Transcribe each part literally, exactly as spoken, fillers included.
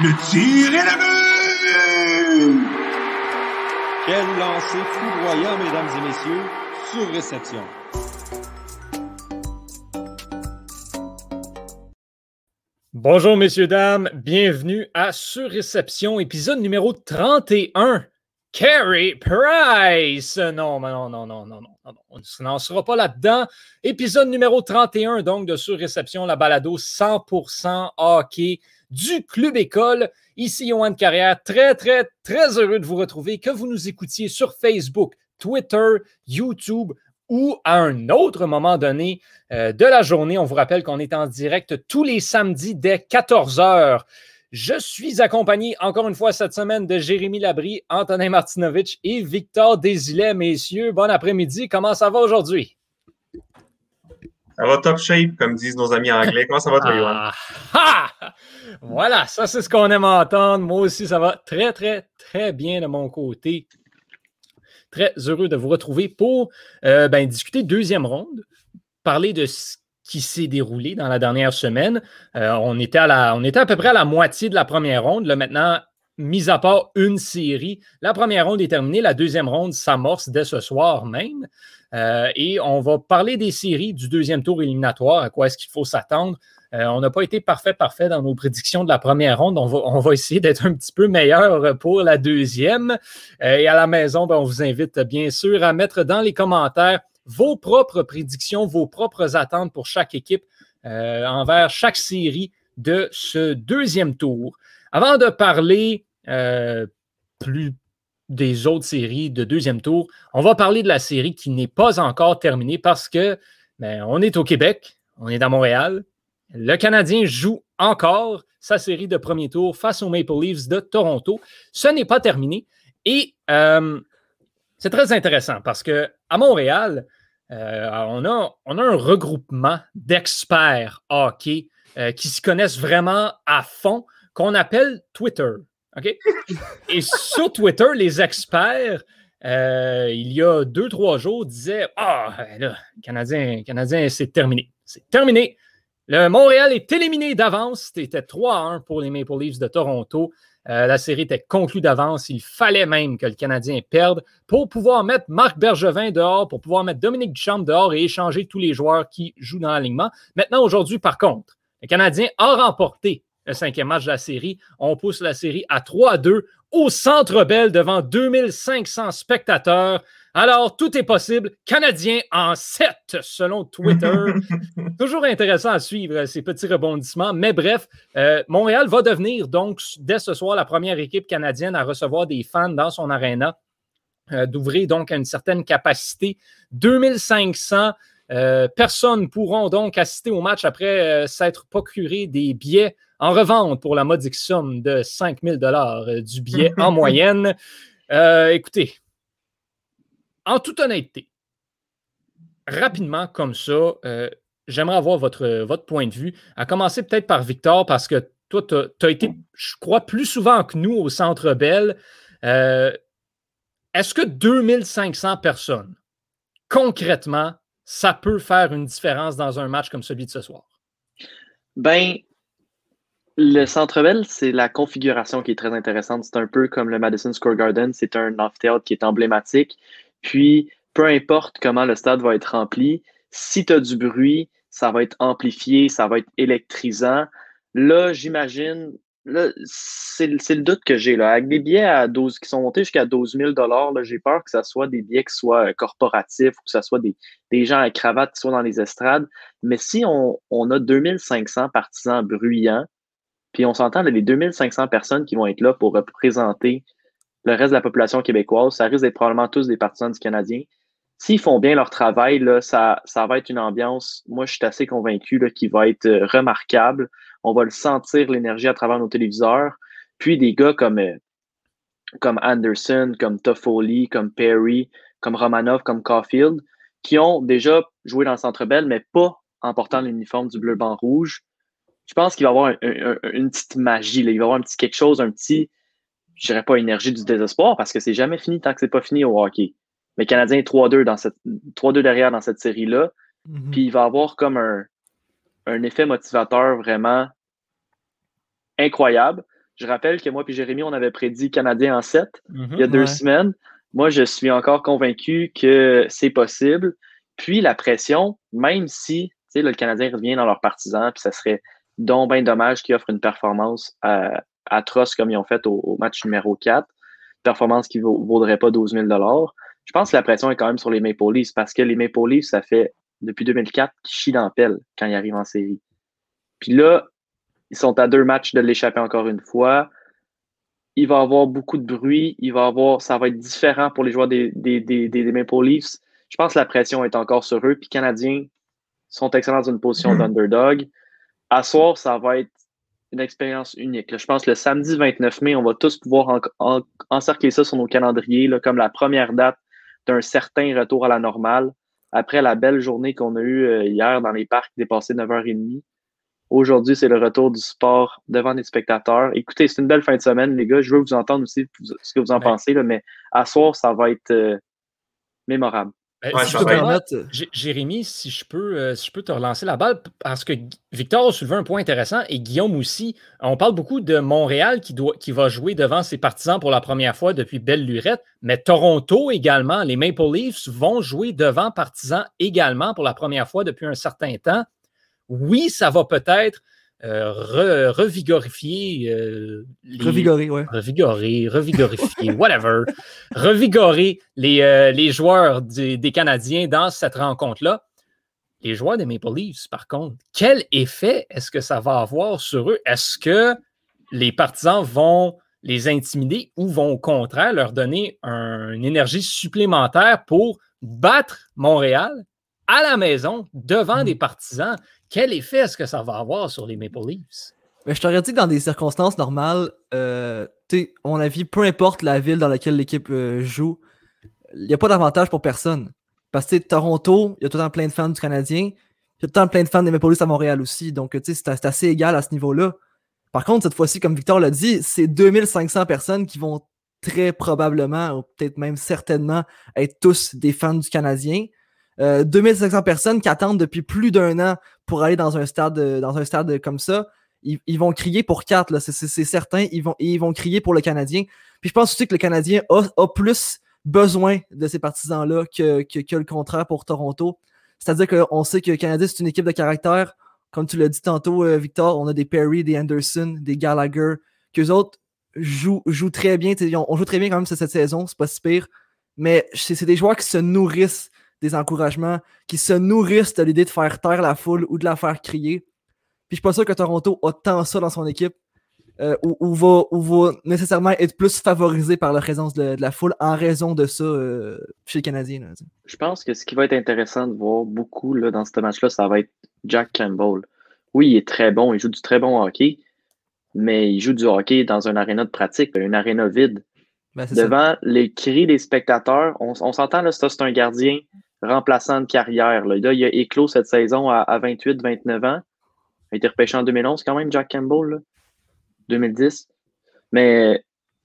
Le tir est le but! Quel lancer foudroyant, mesdames et messieurs, sur réception. Bonjour, messieurs, dames. Bienvenue à Sur Réception, épisode numéro trente et un. Carey Price! Non, non, non, non, non, non, non. On ne se lancera pas là-dedans. Épisode numéro trente et un, donc, de Sur Réception, la balado cent pour cent hockey du Club École. Ici, Yoann Carrière, très, très, très heureux de vous retrouver, que vous nous écoutiez sur Facebook, Twitter, YouTube ou à un autre moment donné euh, de la journée. On vous rappelle qu'on est en direct tous les samedis dès quatorze heures. Je suis accompagné encore une fois cette semaine de Jérémy Labrie, Antonin Martinovitch et Victor Desilets. Messieurs, bon après-midi. Comment ça va aujourd'hui? Ça va top shape, comme disent nos amis anglais. Comment ça va, toi, Yoann? Ah, ah! Voilà, ça c'est ce qu'on aime entendre. Moi aussi, ça va très, très, très bien de mon côté. Très heureux de vous retrouver pour euh, ben, discuter deuxième ronde, parler de ce qui s'est déroulé dans la dernière semaine. Euh, on, était à la, on était à peu près à la moitié de la première ronde. Là, maintenant, mis à part une série, la première ronde est terminée. La deuxième ronde s'amorce dès ce soir même. Euh, et on va parler des séries du deuxième tour éliminatoire, à quoi est-ce qu'il faut s'attendre. Euh, on n'a pas été parfait, parfait dans nos prédictions de la première ronde. On va, on va essayer d'être un petit peu meilleur pour la deuxième. Euh, et à la maison, ben, on vous invite bien sûr à mettre dans les commentaires vos propres prédictions, vos propres attentes pour chaque équipe euh, envers chaque série de ce deuxième tour. Avant de parler euh, plus des autres séries de deuxième tour, on va parler de la série qui n'est pas encore terminée parce que ben, on est au Québec, on est à Montréal. Le Canadien joue encore sa série de premier tour face aux Maple Leafs de Toronto. Ce n'est pas terminé et euh, c'est très intéressant parce qu'à Montréal, euh, on, a, on a un regroupement d'experts hockey euh, qui se connaissent vraiment à fond, qu'on appelle Twitter. Okay? Et sur Twitter, les experts, euh, il y a deux, trois jours, disaient « Ah, là, Canadien, Canadien, c'est terminé. C'est terminé. Le Montréal est éliminé d'avance. C'était trois à un pour les Maple Leafs de Toronto. Euh, la série était conclue d'avance. Il fallait même que le Canadien perde pour pouvoir mettre Marc Bergevin dehors, pour pouvoir mettre Dominique Duchamp dehors et échanger tous les joueurs qui jouent dans l'alignement. Maintenant, aujourd'hui, par contre, le Canadien a remporté le cinquième match de la série. On pousse la série à trois à deux au Centre Bell devant deux mille cinq cents spectateurs. Alors, tout est possible. Canadien en sept, selon Twitter. Toujours intéressant à suivre ces petits rebondissements. Mais bref, euh, Montréal va devenir donc, dès ce soir, la première équipe canadienne à recevoir des fans dans son aréna, euh, d'ouvrir donc à une certaine capacité. deux mille cinq cents euh, personnes pourront donc assister au match après euh, s'être procuré des billets en revente pour la modique somme de cinq mille dollars euh, du billet en moyenne. Euh, écoutez, en toute honnêteté, rapidement comme ça, euh, j'aimerais avoir votre, votre point de vue. À commencer peut-être par Victor, parce que toi, tu as été, je crois, plus souvent que nous au Centre Bell. Euh, est-ce que deux mille cinq cents personnes, concrètement, ça peut faire une différence dans un match comme celui de ce soir? Ben, le Centre Bell, c'est la configuration qui est très intéressante. C'est un peu comme le Madison Square Garden. C'est un amphithéâtre qui est emblématique. Puis, peu importe comment le stade va être rempli, si tu as du bruit, ça va être amplifié, ça va être électrisant. Là, j'imagine, là, c'est, c'est le doute que j'ai. Là. Avec des billets à douze, qui sont montés jusqu'à douze mille dollars, là, j'ai peur que ce soit des billets qui soient corporatifs ou que ce soit des, des gens à cravate qui soient dans les estrades. Mais si on, on a deux mille cinq cents partisans bruyants, puis on s'entend, là, les deux mille cinq cents personnes qui vont être là pour représenter le reste de la population québécoise, ça risque d'être probablement tous des partisans du Canadien. S'ils font bien leur travail, là, ça, ça va être une ambiance, moi je suis assez convaincu là, qui va être euh, remarquable. On va le sentir, l'énergie à travers nos téléviseurs. Puis des gars comme, euh, comme Anderson, comme Toffoli, comme Perry, comme Romanov, comme Caulfield, qui ont déjà joué dans le Centre Bell, mais pas en portant l'uniforme du bleu-blanc-rouge. Je pense qu'il va y avoir un, un, un, une petite magie. Là. Il va y avoir un petit quelque chose, un petit, je dirais pas énergie du désespoir, parce que c'est jamais fini tant que c'est pas fini au hockey. Mais le Canadien est trois deux dans cette trois deux derrière dans cette série-là. Mm-hmm. Puis il va avoir comme un, un effet motivateur vraiment incroyable. Je rappelle que moi et Jérémy, on avait prédit Canadien en sept Mm-hmm. il y a deux Ouais. semaines. Moi, je suis encore convaincu que c'est possible. Puis la pression, même si tu sais, le Canadien revient dans leurs partisans, puis ça serait donc bien dommage qu'ils offrent une performance euh, atroce comme ils ont fait au, au match numéro quatre, performance qui ne vaudrait pas douze mille dollars. Je pense que la pression est quand même sur les Maple Leafs parce que les Maple Leafs, ça fait depuis deux mille quatre qu'ils chient dans la pelle quand ils arrivent en série. Puis là, ils sont à deux matchs de l'échapper encore une fois. Il va y avoir beaucoup de bruit. Il va avoir, ça va être différent pour les joueurs des, des, des, des Maple Leafs. Je pense que la pression est encore sur eux. Puis les Canadiens sont excellents dans une position d'underdog. À soir, ça va être une expérience unique. Là, je pense que le samedi vingt-neuf mai, on va tous pouvoir en, en, encercler ça sur nos calendriers là, comme la première date d'un certain retour à la normale. Après la belle journée qu'on a eue euh, hier dans les parcs, dépassé neuf heures trente. Aujourd'hui, c'est le retour du sport devant les spectateurs. Écoutez, c'est une belle fin de semaine, les gars. Je veux vous entendre aussi ce que vous en Ben, pensez, là, mais à soir, ça va être euh, mémorable. Ben, Ouais, si je je peux suis permettre, d'accord. J- Jérémy, si je, peux, euh, si je peux te relancer la balle, parce que Gu- Victor a soulevé un point intéressant et Guillaume aussi. On parle beaucoup de Montréal qui, doit, qui va jouer devant ses partisans pour la première fois depuis belle lurette, mais Toronto également, les Maple Leafs vont jouer devant partisans également pour la première fois depuis un certain temps. Oui, ça va peut-être euh, re- revigorifier euh, les... Revigorer, ouais. Revigorer, revigorifier, whatever. Revigorer les, euh, les joueurs des, des Canadiens dans cette rencontre-là. Les joueurs des Maple Leafs, par contre, quel effet est-ce que ça va avoir sur eux? Est-ce que les partisans vont les intimider ou vont au contraire leur donner un, une énergie supplémentaire pour battre Montréal à la maison devant Mm. des partisans? Quel effet est-ce que ça va avoir sur les Maple Leafs? Mais je t'aurais dit que dans des circonstances normales, euh, tu sais, à mon avis, peu importe la ville dans laquelle l'équipe euh, joue, il n'y a pas d'avantage pour personne. Parce que Toronto, il y a tout le temps plein de fans du Canadien, il y a tout le temps plein de fans des Maple Leafs à Montréal aussi. Donc, tu sais, c'est, c'est assez égal à ce niveau-là. Par contre, cette fois-ci, comme Victor l'a dit, c'est deux mille cinq cents personnes qui vont très probablement, ou peut-être même certainement, être tous des fans du Canadien. Euh, deux mille cinq cents personnes qui attendent depuis plus d'un an pour aller dans un stade, dans un stade comme ça. Ils, ils vont crier pour quatre, là, c'est, c'est, c'est certain. Ils vont, ils vont crier pour le Canadien. Puis je pense aussi que le Canadien a, a plus besoin de ces partisans-là que, que, que le contraire pour Toronto. C'est-à-dire qu'on sait que le Canadien, c'est une équipe de caractère. Comme tu l'as dit tantôt, euh, Victor, on a des Perry, des Anderson, des Gallagher, qu'eux autres jouent, jouent très bien. On, on joue très bien quand même cette saison, c'est pas si pire. Mais c'est, c'est des joueurs qui se nourrissent des encouragements, qui se nourrissent de l'idée de faire taire la foule ou de la faire crier. Puis je suis pas sûr que Toronto a tant ça dans son équipe, euh, ou, ou, va, ou va nécessairement être plus favorisé par la présence de, de la foule en raison de ça euh, chez les Canadiens. Là, Je pense que ce qui va être intéressant de voir beaucoup là, dans ce match-là, ça va être Jack Campbell. Oui, il est très bon, il joue du très bon hockey, mais il joue du hockey dans une aréna de pratique, une aréna vide. Ben, c'est Devant ça. Les cris des spectateurs, on, on s'entend, là, ça, c'est un gardien remplaçant de carrière. Là. Là, il a éclos cette saison à, à vingt-huit vingt-neuf ans. Il a été repêché en deux mille onze quand même, Jack Campbell, là. deux mille dix. Mais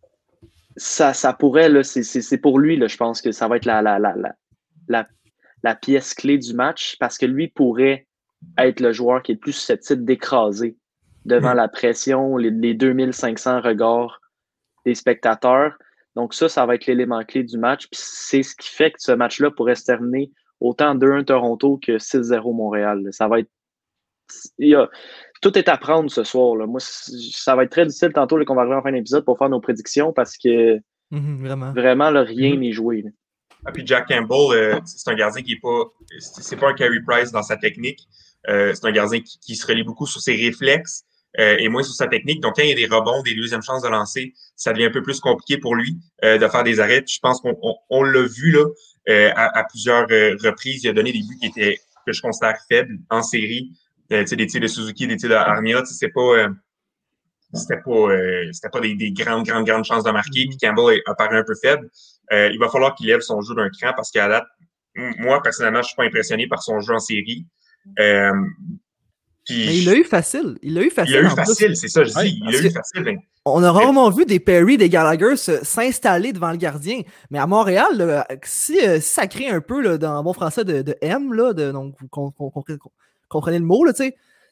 ça, ça pourrait, là, c'est, c'est, c'est pour lui, là, je pense que ça va être la, la, la, la, la, la pièce clé du match parce que lui pourrait être le joueur qui est le plus susceptible d'écraser devant mmh. la pression, les, les deux mille cinq cents regards des spectateurs. Donc ça, ça va être l'élément clé du match. Puis c'est ce qui fait que ce match-là pourrait se terminer autant deux un Toronto que six zéro Montréal. Ça va être... Il y a... Tout est à prendre ce soir. Là. Moi, ça va être très difficile tantôt là, qu'on va arriver en fin d'épisode pour faire nos prédictions parce que mmh, vraiment, vraiment là, rien mmh. n'est joué. Là. Ah, puis Jack Campbell, euh, c'est un gardien qui est pas... C'est pas un Carey Price dans sa technique. Euh, c'est un gardien qui, qui se relie beaucoup sur ses réflexes. Euh, et moins sur sa technique. Donc, quand il y a des rebonds, des deuxièmes chances de lancer, ça devient un peu plus compliqué pour lui euh, de faire des arrêts. Puis je pense qu'on on, on l'a vu là euh, à, à plusieurs euh, reprises. Il a donné des buts qui étaient, que je considère faibles en série. Euh, tu sais, des tirs de Suzuki, des tirs de Armia, tu sais, c'est pas, euh, c'était pas, euh, c'était pas des, des grandes, grandes, grandes chances de marquer. Puis Campbell a paru un peu faible. Euh, il va falloir qu'il lève son jeu d'un cran parce qu'à date, moi personnellement, je suis pas impressionné par son jeu en série. Euh, Puis, mais il l'a eu facile. Il l'a eu facile. Il l'a eu facile, c'est ça, je dis. Ouais, il l'a eu facile. Mais... On a rarement vu des Perry, des Gallagher se, s'installer devant le gardien. Mais à Montréal, là, si, euh, si ça crée un peu, là, dans bon français, de, de M, là, de, donc vous comprenez le mot, là, tu sais,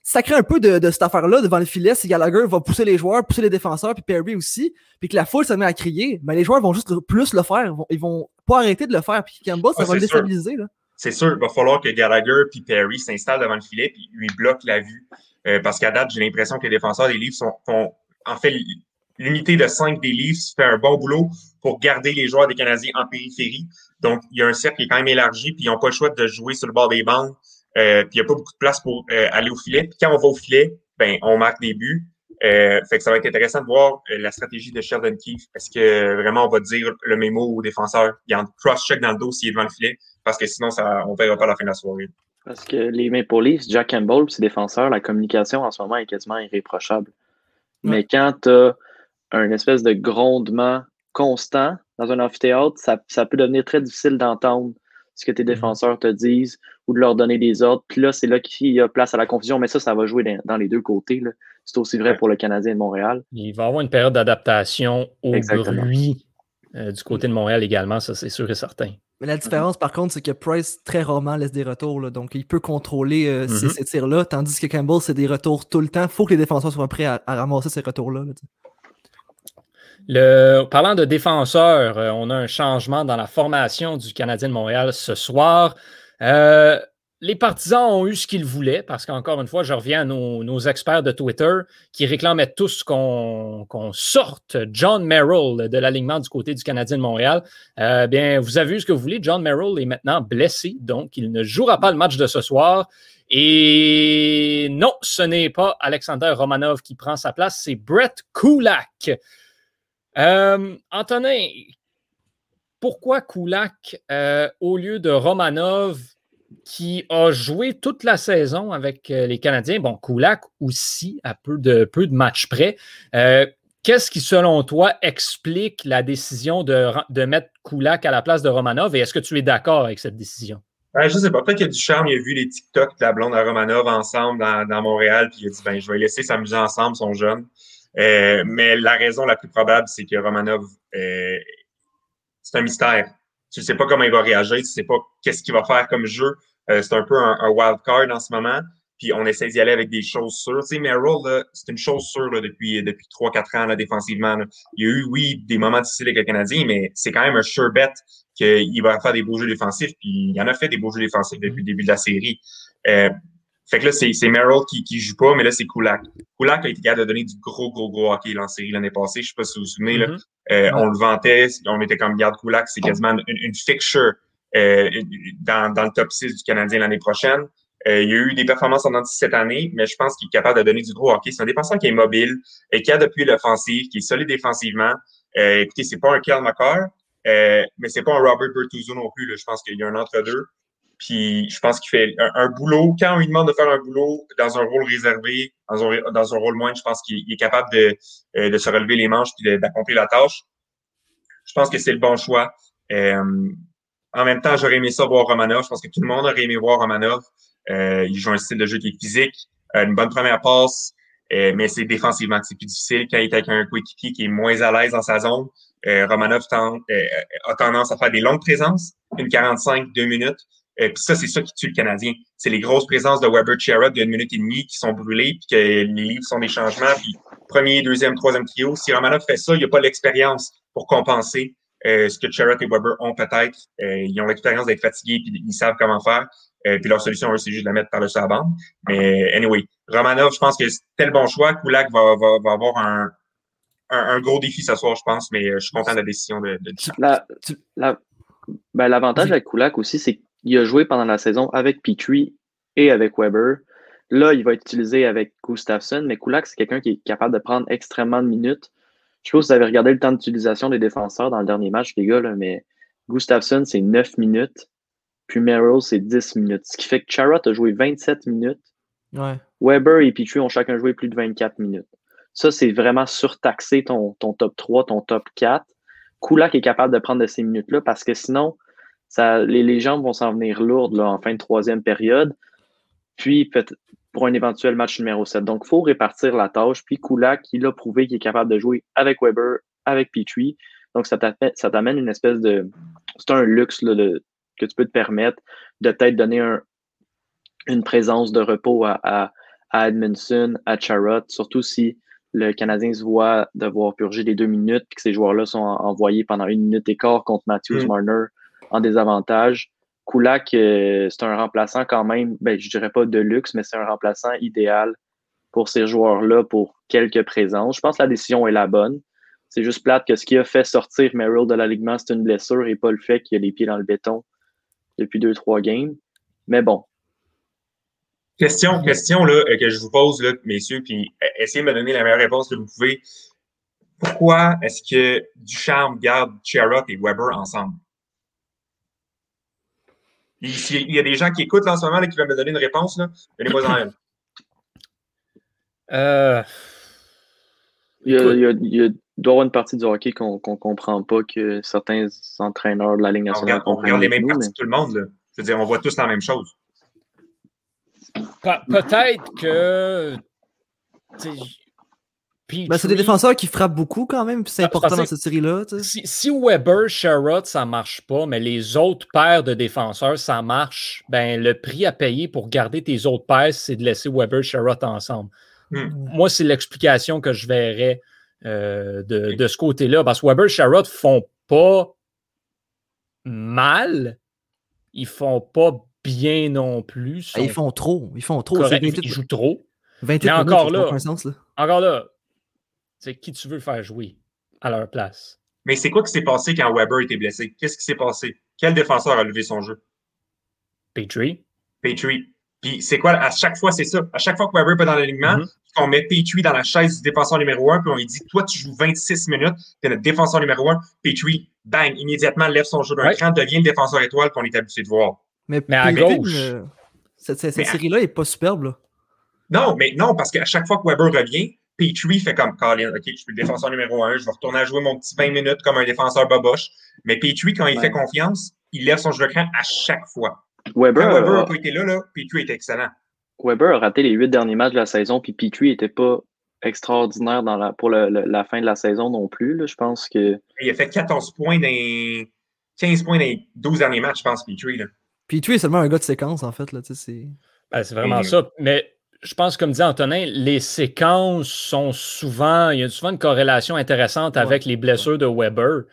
ça crée un peu de, de cette affaire-là devant le filet. Si Gallagher va pousser les joueurs, pousser les défenseurs, puis Perry aussi, puis que la foule se met à crier, mais les joueurs vont juste plus le faire. Ils vont, ils vont pas arrêter de le faire. Puis Campbell, ça Ah, va le c'est sûr. déstabiliser. Là. C'est sûr, il va falloir que Gallagher puis Perry s'installent devant le filet puis lui bloquent la vue. Euh, parce qu'à date, j'ai l'impression que les défenseurs des Leafs sont, font, en fait, l'unité de cinq des Leafs fait un bon boulot pour garder les joueurs des Canadiens en périphérie. Donc, il y a un cercle qui est quand même élargi, puis ils n'ont pas le choix de jouer sur le bord des bandes. Euh, puis il n'y a pas beaucoup de place pour euh, aller au filet. Puis quand on va au filet, ben on marque des buts. Euh, fait que ça va être intéressant de voir euh, la stratégie de Sheldon Keefe. Est-ce que euh, vraiment on va dire le mémo au défenseur? Il y a un cross-check dans le dos s'il est devant le filet, parce que sinon, ça, on ne verra pas à la fin de la soirée. Parce que les Maple Leafs, Jack Campbell et ses défenseurs, la communication en ce moment est quasiment irréprochable. Ouais. Mais quand tu as un espèce de grondement constant dans un amphithéâtre, ça, ça peut devenir très difficile d'entendre ce que tes défenseurs te disent ou de leur donner des ordres. Puis là, c'est là qu'il y a place à la confusion. Mais ça, ça va jouer dans, dans les deux côtés. Là. C'est aussi vrai pour le Canadien de Montréal. Il va y avoir une période d'adaptation au Exactement. bruit euh, du côté de Montréal également, ça c'est sûr et certain. Mais la différence, par contre, c'est que Price, très rarement, laisse des retours. Là, donc, il peut contrôler euh, mm-hmm. ces, ces tirs-là, tandis que Campbell, c'est des retours tout le temps. Il faut que les défenseurs soient prêts à, à ramasser ces retours-là. Là, Le, parlant de défenseurs, euh, on a un changement dans la formation du Canadien de Montréal ce soir. Euh, les partisans ont eu ce qu'ils voulaient, parce qu'encore une fois, je reviens à nos, nos experts de Twitter qui réclamaient tous qu'on, qu'on sorte John Merrill de l'alignement du côté du Canadien de Montréal. Euh, bien, vous avez vu ce que vous voulez. John Merrill est maintenant blessé, donc il ne jouera pas le match de ce soir. Et non, ce n'est pas Alexander Romanov qui prend sa place, c'est Brett Kulak. Euh, Antonin, pourquoi Kulak euh, au lieu de Romanov qui a joué toute la saison avec euh, les Canadiens? Bon, Kulak aussi à peu de, peu de matchs près. Euh, qu'est-ce qui, selon toi, explique la décision de, de mettre Kulak à la place de Romanov et est-ce que tu es d'accord avec cette décision? Ouais, je sais pas, peut-être qu'il y a du charme, il a vu les TikTok de la blonde à Romanov ensemble dans, dans Montréal puis il a dit, ben, je vais les laisser s'amuser ensemble, ils sont jeunes. Euh, mais la raison la plus probable, c'est que Romanov, euh, c'est un mystère. Tu ne sais pas comment il va réagir, tu ne sais pas qu'est-ce qu'il va faire comme jeu. Euh, c'est un peu un, un wild card en ce moment. Puis on essaie d'y aller avec des choses sûres. Tu sais, Merrill, là, c'est une chose sûre là, depuis, depuis trois quatre ans là, défensivement. Là. Il y a eu, oui, des moments difficiles avec le Canadien, mais c'est quand même un sure bet qu'il va faire des beaux jeux défensifs. Puis il en a fait des beaux jeux défensifs depuis le début de la série. Euh, Fait que là, c'est, c'est Merrill qui, qui joue pas, mais là, c'est Kulak. Kulak a été capable de donner du gros, gros, gros hockey en série l'année passée. Je sais pas si vous vous souvenez, mm-hmm. là. Euh, on le vantait, on était comme garde Kulak, c'est quasiment une, une fixture euh, dans, dans le top six du Canadien l'année prochaine. Euh, il y a eu des performances en dix cette année, mais je pense qu'il est capable de donner du gros hockey. C'est un défenseur qui est mobile, et qui a depuis l'offensive, qui est solide défensivement. Euh, écoutez, c'est pas un Kyle McCarr, euh, mais c'est pas un Robert Bertuzzo non plus. Là. Je pense qu'il y a un entre-deux. Puis je pense qu'il fait un, un boulot. Quand on lui demande de faire un boulot dans un rôle réservé, dans un, dans un rôle moindre, je pense qu'il est capable de, euh, de se relever les manches et d'accomplir la tâche. Je pense que c'est le bon choix. Euh, en même temps, j'aurais aimé ça voir Romanov. Je pense que tout le monde aurait aimé voir Romanov. Euh, il joue un style de jeu qui est physique, euh, une bonne première passe, euh, mais c'est défensivement que c'est plus difficile. Quand il est avec un coéquipier qui est moins à l'aise dans sa zone, euh, Romanov tente, euh, a tendance à faire des longues présences, une quarante-cinq, deux minutes. Euh, puis ça, c'est ça qui tue le Canadien. C'est les grosses présences de Weber Chara d'une minute et demie qui sont brûlées, puis que les livres sont des changements, puis premier, deuxième, troisième trio. Si Romanov fait ça, il n'y a pas l'expérience pour compenser euh, ce que Chara et Weber ont peut-être. Euh, ils ont l'expérience d'être fatigués, puis ils savent comment faire. Euh, puis leur solution, eux, c'est juste de la mettre par-dessus la bande. Mais anyway, Romanov, je pense que c'était le bon choix. Kulak va, va, va avoir un, un, un gros défi ce soir, je pense, mais je suis content de la décision de, de... La, la, ben, l'avantage avec Kulak aussi, c'est qu'il a joué pendant la saison avec Petrie et avec Weber. Là, il va être utilisé avec Gustafsson, mais Kulak, c'est quelqu'un qui est capable de prendre extrêmement de minutes. Je sais pas si vous avez regardé le temps d'utilisation des défenseurs dans le dernier match, les gars, là, mais Gustafsson, c'est neuf minutes. Puis Merrill, c'est dix minutes. Ce qui fait que Chara a joué vingt-sept minutes. Ouais. Weber et Petrie ont chacun joué plus de vingt-quatre minutes. Ça, c'est vraiment surtaxer ton, ton top trois, ton top quatre. Kulak est capable de prendre de ces minutes-là parce que sinon, ça, les, les jambes vont s'en venir lourdes là, en fin de troisième période. Puis, peut-être pour un éventuel match numéro sept. Donc, il faut répartir la tâche. Puis, Kulak, il a prouvé qu'il est capable de jouer avec Weber, avec Petrie. Donc, ça t'amène, ça t'amène une espèce de... C'est un luxe là, de, que tu peux te permettre de peut-être donner un, une présence de repos à, à, à Edmondson, à Charrot, surtout si le Canadien se voit devoir purger les deux minutes et que ces joueurs-là sont envoyés pendant une minute et quart contre Matthews, mm. Marner en désavantage. Kulak, euh, c'est un remplaçant quand même, ben, je dirais pas de luxe, mais c'est un remplaçant idéal pour ces joueurs-là pour quelques présences. Je pense que la décision est la bonne. C'est juste plate que ce qui a fait sortir Merrill de l'alignement, c'est une blessure et pas le fait qu'il a les pieds dans le béton depuis deux, trois games. Mais bon. Question, question là, que je vous pose, là, messieurs, puis essayez de me donner la meilleure réponse que vous pouvez. Pourquoi est-ce que Ducharme garde Charrot et Weber ensemble? Il, il y a des gens qui écoutent là, en ce moment là, qui veulent me donner une réponse. Donnez-moi en elle. Euh... Il, y a, il, y a, il, y a, il doit y avoir une partie du hockey qu'on ne comprend pas que certains entraîneurs de la Ligue nationale comprennent. On regarde les mêmes nous, parties mais... que tout le monde. Là. Je veux dire, on voit tous la même chose. Pe- peut-être que. Ben, c'est des défenseurs qui frappent beaucoup quand même, puis c'est important dans cette série-là. Si, si Weber, Charrot, ça marche pas, mais les autres paires de défenseurs, ça marche, ben le prix à payer pour garder tes autres paires, c'est de laisser Weber, Charrot ensemble. Hmm. Moi, c'est l'explication que je verrais euh, de, de ce côté-là. Parce que Weber, Charrot font pas mal, ils font pas bien non plus. Sont... Ils font trop. Ils font trop. Correct, vingt-huit... Ils jouent trop. vingt-huit mais minutes, encore là, aucun sens, là. Encore là, c'est qui tu veux faire jouer à leur place. Mais c'est quoi qui s'est passé quand Weber était blessé? Qu'est-ce qui s'est passé? Quel défenseur a levé son jeu? Petrie. Petrie. Puis c'est quoi? À chaque fois, c'est ça. À chaque fois que Weber est dans l'alignement, mm-hmm. on met Petrie dans la chaise du défenseur numéro un, puis on lui dit, toi, tu joues vingt-six minutes, tu es notre défenseur numéro un. Petrie, bang, immédiatement, lève son jeu d'un ouais. cran, devient le défenseur étoile qu'on est habitué de voir. Mais, mais à Petrie, gauche. Euh, cette cette, cette série-là n'est pas superbe, là. Non, mais non, parce qu'à chaque fois que Weber revient, Petrie fait comme Colin, OK, je suis le défenseur numéro un, je vais retourner à jouer mon petit vingt minutes comme un défenseur boboche. Mais Petrie, quand il ouais. fait confiance, il lève son jeu de cran à chaque fois. Weber quand Weber n'a a... pas été là, là, Petrie était excellent. Weber a raté les huit derniers matchs de la saison, puis Petrie n'était pas extraordinaire dans la, pour le, le, la fin de la saison non plus. Là. Je pense que. Il a fait quatorze points dans les... quinze points dans les douze derniers matchs, je pense, Petrie. Là. Petrie est seulement un gars de séquence, en fait. Là, c'est... Ben, c'est vraiment Et... ça. Mais. Je pense, comme dit Antonin, les séquences sont souvent, il y a souvent une corrélation intéressante avec ouais. les blessures de Weber.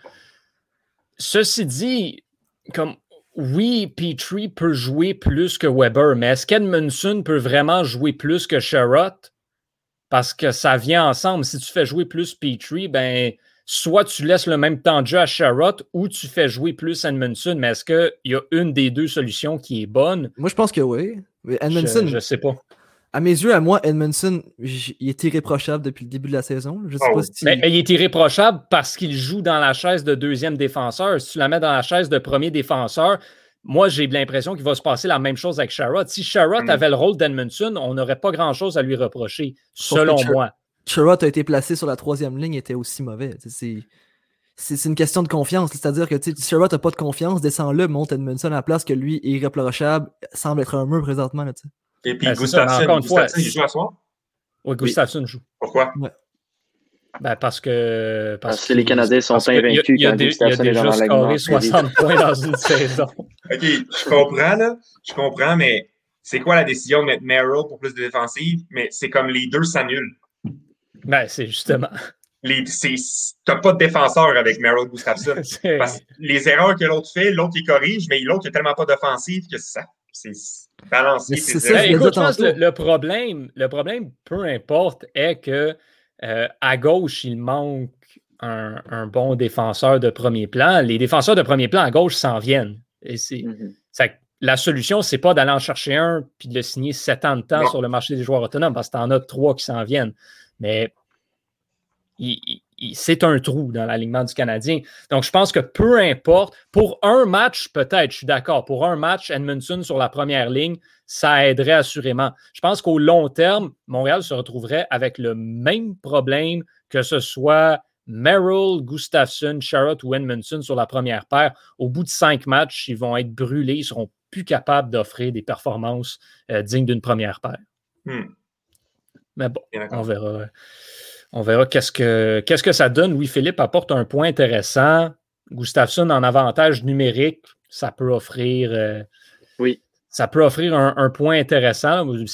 Ceci dit, comme oui, Petrie peut jouer plus que Weber, mais est-ce qu'Edmondson peut vraiment jouer plus que Charrot? Parce que ça vient ensemble. Si tu fais jouer plus Petrie, ben soit tu laisses le même temps de jeu à Charrot ou tu fais jouer plus Edmondson. Mais est-ce qu'il y a une des deux solutions qui est bonne? Moi, je pense que oui. Edmondson, je ne sais pas. À mes yeux, à moi, Edmondson, il est irréprochable depuis le début de la saison. Je sais oh. pas si... Mais il est irréprochable parce qu'il joue dans la chaise de deuxième défenseur. Si tu la mets dans la chaise de premier défenseur, moi, j'ai l'impression qu'il va se passer la même chose avec Charrot. Si Charrot mm. avait le rôle d'Edmondson, on n'aurait pas grand-chose à lui reprocher, Sauf selon Char- moi. Charrot a été placé sur la troisième ligne et était aussi mauvais. C'est, c'est, c'est une question de confiance. C'est-à-dire que si Charrot n'a pas de confiance, descend-le, monte Edmondson à la place que lui est irréprochable, semble être un mur présentement. Là, Et puis ben, Gustafsson, encore une fois, il joue à soir? Oui, Gustafsson oui. joue. Pourquoi? Ouais. Ben parce que. Parce, parce que les Canadiens sont invaincus il y a, il y a, il y a déjà scoré soixante points dans une saison. OK, je comprends, là. Je comprends, mais c'est quoi la décision de mettre Merrill pour plus de défensive? Mais c'est comme les deux s'annulent. Ben, c'est justement. Les, c'est, t'as pas de défenseur avec Merrill Gustafsson. Parce que les erreurs que l'autre fait, l'autre les corrige, mais l'autre n'a tellement pas d'offensive que ça. C'est balancé. C'est ça, ben, écoute, je pense que le, le, problème, le problème, peu importe, est que euh, à gauche, il manque un, un bon défenseur de premier plan. Les défenseurs de premier plan à gauche s'en viennent. Et c'est, mm-hmm. ça, la solution, c'est pas d'aller en chercher un puis de le signer sept ans de temps non. sur le marché des joueurs autonomes parce que tu en as trois qui s'en viennent. Mais il, il, c'est un trou dans l'alignement du Canadien. Donc, je pense que peu importe, pour un match, peut-être, je suis d'accord, pour un match, Edmondson sur la première ligne, ça aiderait assurément. Je pense qu'au long terme, Montréal se retrouverait avec le même problème que ce soit Merrill, Gustafsson, Charrot ou Edmondson sur la première paire. Au bout de cinq matchs, ils vont être brûlés, ils ne seront plus capables d'offrir des performances euh, dignes d'une première paire. Hmm. Mais bon, on verra. On verra qu'est-ce que, qu'est-ce que ça donne. Louis-Philippe apporte un point intéressant. Gustafsson en avantage numérique, ça peut offrir, euh, oui. ça peut offrir un, un point intéressant. C'est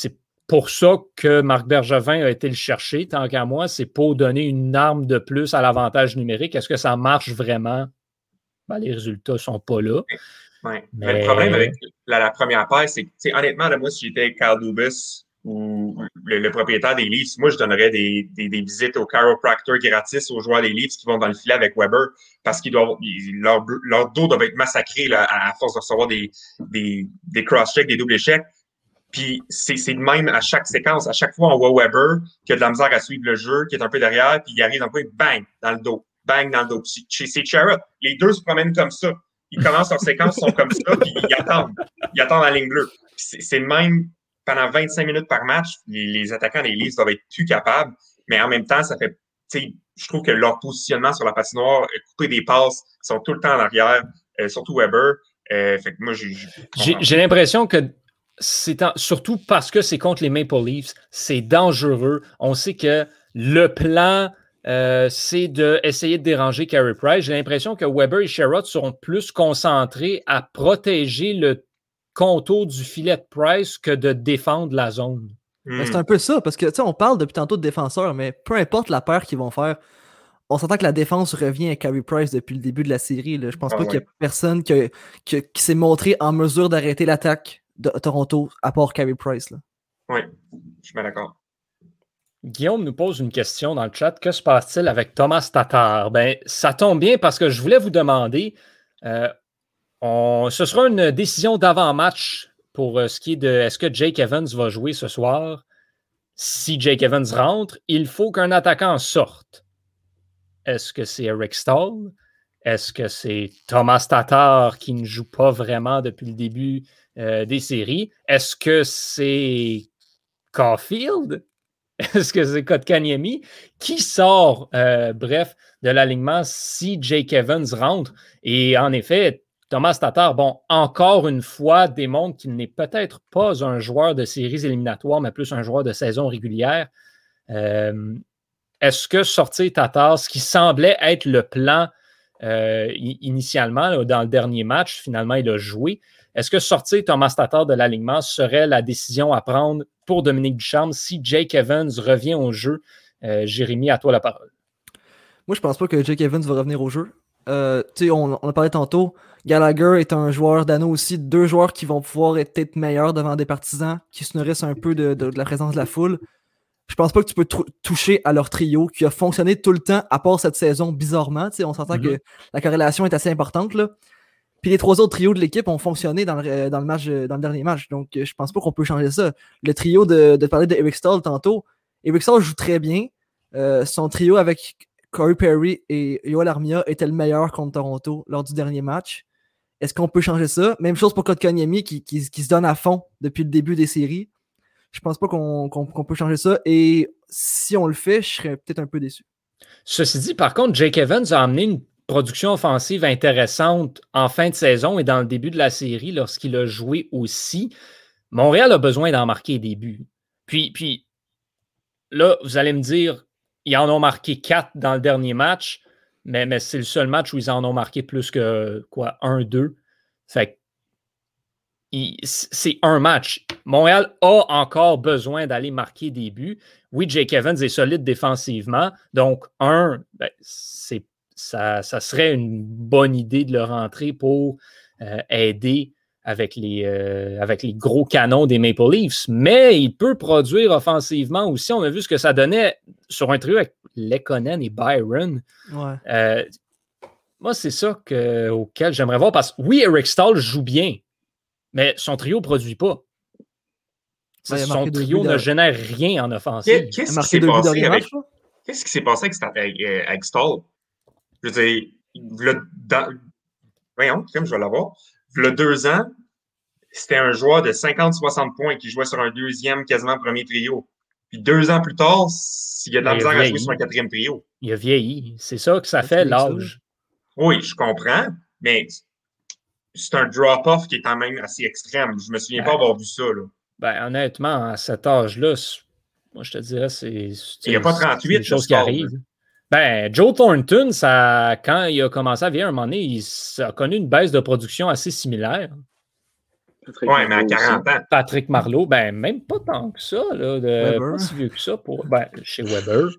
pour ça que Marc Bergevin a été le chercher, tant qu'à moi, c'est pour donner une arme de plus à l'avantage numérique. Est-ce que ça marche vraiment? Ben, les résultats ne sont pas là. Ouais. Mais... Mais le problème avec la, la première paire, c'est que, honnêtement, là, moi, si j'étais Kyle Dubas ou le, le propriétaire des Leafs, moi, je donnerais des, des, des visites au chiropractor gratis aux joueurs des Leafs qui vont dans le filet avec Weber parce qu'ils doivent, ils, leur, leur dos doit être massacré là, à force de recevoir des, des, des cross-checks, des doubles échecs. Puis c'est, c'est de même à chaque séquence. À chaque fois, on voit Weber qui a de la misère à suivre le jeu, qui est un peu derrière, puis il arrive dans le point, bang, dans le dos, bang, dans le dos. Puis chez c'est Chara, les deux se promènent comme ça. Ils commencent leur séquence, ils sont comme ça, puis ils attendent. Ils attendent la ligne bleue. Puis c'est, c'est le même pendant vingt-cinq minutes par match. Les, les attaquants des Leafs doivent être plus capables, mais en même temps, ça fait, tu sais, je trouve que leur positionnement sur la patinoire, couper des passes, ils sont tout le temps en arrière, euh, surtout Weber. Euh, fait que moi, j'ai, j'ai, j'ai l'impression que c'est en, surtout parce que c'est contre les Maple Leafs, c'est dangereux. On sait que le plan, euh, c'est d'essayer de déranger Carey Price. J'ai l'impression que Weber et Sherrod seront plus concentrés à protéger le contour du filet de Price que de défendre la zone. Mm. C'est un peu ça, parce que tu sais, on parle depuis tantôt de défenseurs, mais peu importe la paire qu'ils vont faire, on s'entend que la défense revient à Carey Price depuis le début de la série. Là. Je pense ah, pas ouais. qu'il y a personne qui, a, qui, qui s'est montré en mesure d'arrêter l'attaque de Toronto, à part Carey Price. Là. Oui, je suis bien d'accord. Guillaume nous pose une question dans le chat. Que se passe-t-il avec Thomas Tatar? Ben, ça tombe bien parce que je voulais vous demander, euh, on, ce sera une décision d'avant-match pour euh, ce qui est de est-ce que Jake Evans va jouer ce soir? Si Jake Evans rentre, il faut qu'un attaquant sorte. Est-ce que c'est Eric Staal? Est-ce que c'est Thomas Tatar qui ne joue pas vraiment depuis le début euh, des séries? Est-ce que c'est Caulfield? Est-ce que c'est Kotkaniemi? Qui sort, euh, bref, de l'alignement si Jake Evans rentre? Et en effet, Thomas Tatar, bon, encore une fois, démontre qu'il n'est peut-être pas un joueur de séries éliminatoires, mais plus un joueur de saison régulière. Euh, est-ce que sortir Tatar, ce qui semblait être le plan euh, initialement, là, dans le dernier match, finalement, il a joué. Est-ce que sortir Thomas Tatar de l'alignement serait la décision à prendre pour Dominique Ducharme si Jake Evans revient au jeu? Euh, Jérémy, à toi la parole. Moi, je pense pas que Jake Evans va revenir au jeu. Euh, on, on a parlé tantôt, Gallagher est un joueur d'anneau aussi, deux joueurs qui vont pouvoir être peut-être meilleurs devant des partisans, qui se nourrissent un peu de, de, de la présence de la foule. Je pense pas que tu peux t- toucher à leur trio qui a fonctionné tout le temps, à part cette saison, bizarrement. On s'entend mm-hmm. que la corrélation est assez importante. Là. Puis les trois autres trios de l'équipe ont fonctionné dans le, dans le, match, dans le dernier match. Donc, je pense pas qu'on peut changer ça. Le trio de, de parler de Eric Staal tantôt, Eric Staal joue très bien. Euh, son trio avec Corey Perry et Yoel Armia était le meilleur contre Toronto lors du dernier match. Est-ce qu'on peut changer ça? Même chose pour Kotkaniemi qui, qui, qui se donne à fond depuis le début des séries. Je pense pas qu'on, qu'on, qu'on peut changer ça. Et si on le fait, je serais peut-être un peu déçu. Ceci dit, par contre, Jake Evans a amené une production offensive intéressante en fin de saison et dans le début de la série lorsqu'il a joué aussi. Montréal a besoin d'en marquer des buts. Puis, puis là, vous allez me dire, ils en ont marqué quatre dans le dernier match, mais, mais c'est le seul match où ils en ont marqué plus que quoi, un, deux. Fait que il, c'est un match. Montréal a encore besoin d'aller marquer des buts. Oui, Jake Evans est solide défensivement. Donc, un, ben, c'est, ça, ça serait une bonne idée de le rentrer pour euh, aider avec les, euh, avec les gros canons des Maple Leafs. Mais il peut produire offensivement aussi. On a vu ce que ça donnait sur un trio avec Lekkonen et Byron. Ouais. Euh, moi, c'est ça que, auquel j'aimerais voir. Parce que oui, Eric Staal joue bien, mais son trio ne produit pas. Ouais, son trio ne génère rien en offensive. Qu'est-ce qui s'est passé avec, qu'est-ce qui s'est passé avec, avec Staal? Je veux dire, le, dans, voyons, je vais l'avoir. Il y a deux ans, c'était un joueur de cinquante à soixante points qui jouait sur un deuxième, quasiment premier trio. Puis deux ans plus tard, il y a de la misère à jouer sur un quatrième trio. Il a vieilli. C'est ça que ça fait, l'âge. Oui, je comprends, mais c'est un drop-off qui est quand même assez extrême. Je me souviens ben, pas avoir vu ça. Là. Ben, honnêtement, à cet âge-là, moi, je te dirais, c'est, c'est il n'y a pas trente-huit. C'est des choses qui arrivent. Ben, Joe Thornton, ça, quand il a commencé à vieillir un moment donné, il a connu une baisse de production assez similaire. Patrick Ouais, mais à Marleau aussi. quarante ans. Patrick Marleau, ben même pas tant que ça, là, de, Weber. pas si vieux que ça pour. Ben, chez Weber.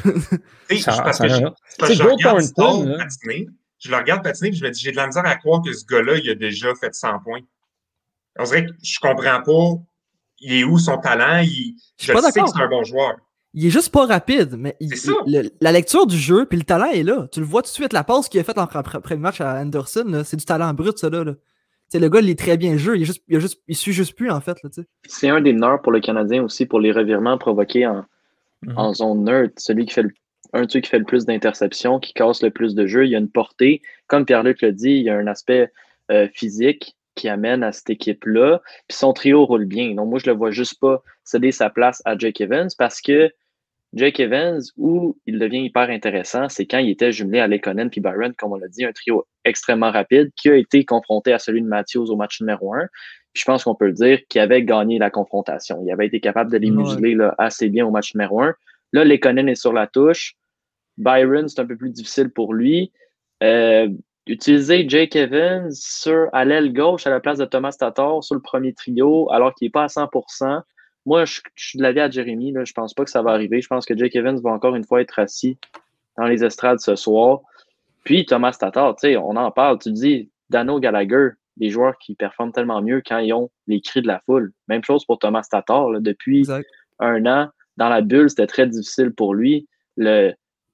Tu sais, Ça- parce ça que en je, a. c'est parce que Tu sais, je regarde Go Thornton, Stall là. patiner, je le regarde patiner, puis je me dis, j'ai de la misère à croire que ce gars-là, il a déjà fait cent points. On dirait que je comprends pas, il est où son talent, il, Je suis je pas sais que d'accord. c'est un bon joueur. Il est juste pas rapide, mais il- C'est ça. il- le- la lecture du jeu puis le talent est là. Tu le vois tout de suite, la passe qu'il a faite en pre- pre- premier match à Anderson, là, c'est du talent brut, ça là. là. Tu sais, le gars, il est très bien le jeu, il, est juste, il, a juste, il suit juste plus en fait. Là, tu sais. C'est un des meneurs pour le Canadien aussi pour les revirements provoqués en, Mhm. en zone neutre. Celui qui fait le, un de ceux qui fait le plus d'interceptions, qui casse le plus de jeux. Il y a une portée. Comme Pierre-Luc l'a dit, il y a un aspect euh, physique qui amène à cette équipe-là. Puis son trio roule bien. Donc moi, je le vois juste pas céder sa place à Jake Evans parce que Jake Evans, où il devient hyper intéressant, c'est quand il était jumelé à Lekonen puis Byron, comme on l'a dit, un trio extrêmement rapide qui a été confronté à celui de Matthews au match numéro un. Puis je pense qu'on peut le dire qu'il avait gagné la confrontation. Il avait été capable de les Ouais. museler là, assez bien au match numéro un. Là, Lekonen est sur la touche. Byron, c'est un peu plus difficile pour lui. Euh, utiliser Jake Evans sur, à l'aile gauche à la place de Thomas Tatar sur le premier trio alors qu'il n'est pas à cent pour cent. Moi, je, je suis de l'avis à Jérémy. Là, je pense pas que ça va arriver. Je pense que Jake Evans va encore une fois être assis dans les estrades ce soir. Puis Thomas Tatar, tu sais, on en parle. Tu dis Dano Gallagher, des joueurs qui performent tellement mieux quand ils ont les cris de la foule. Même chose pour Thomas Tatar. Là, depuis Exact. un an, dans la bulle, c'était très difficile pour lui. Le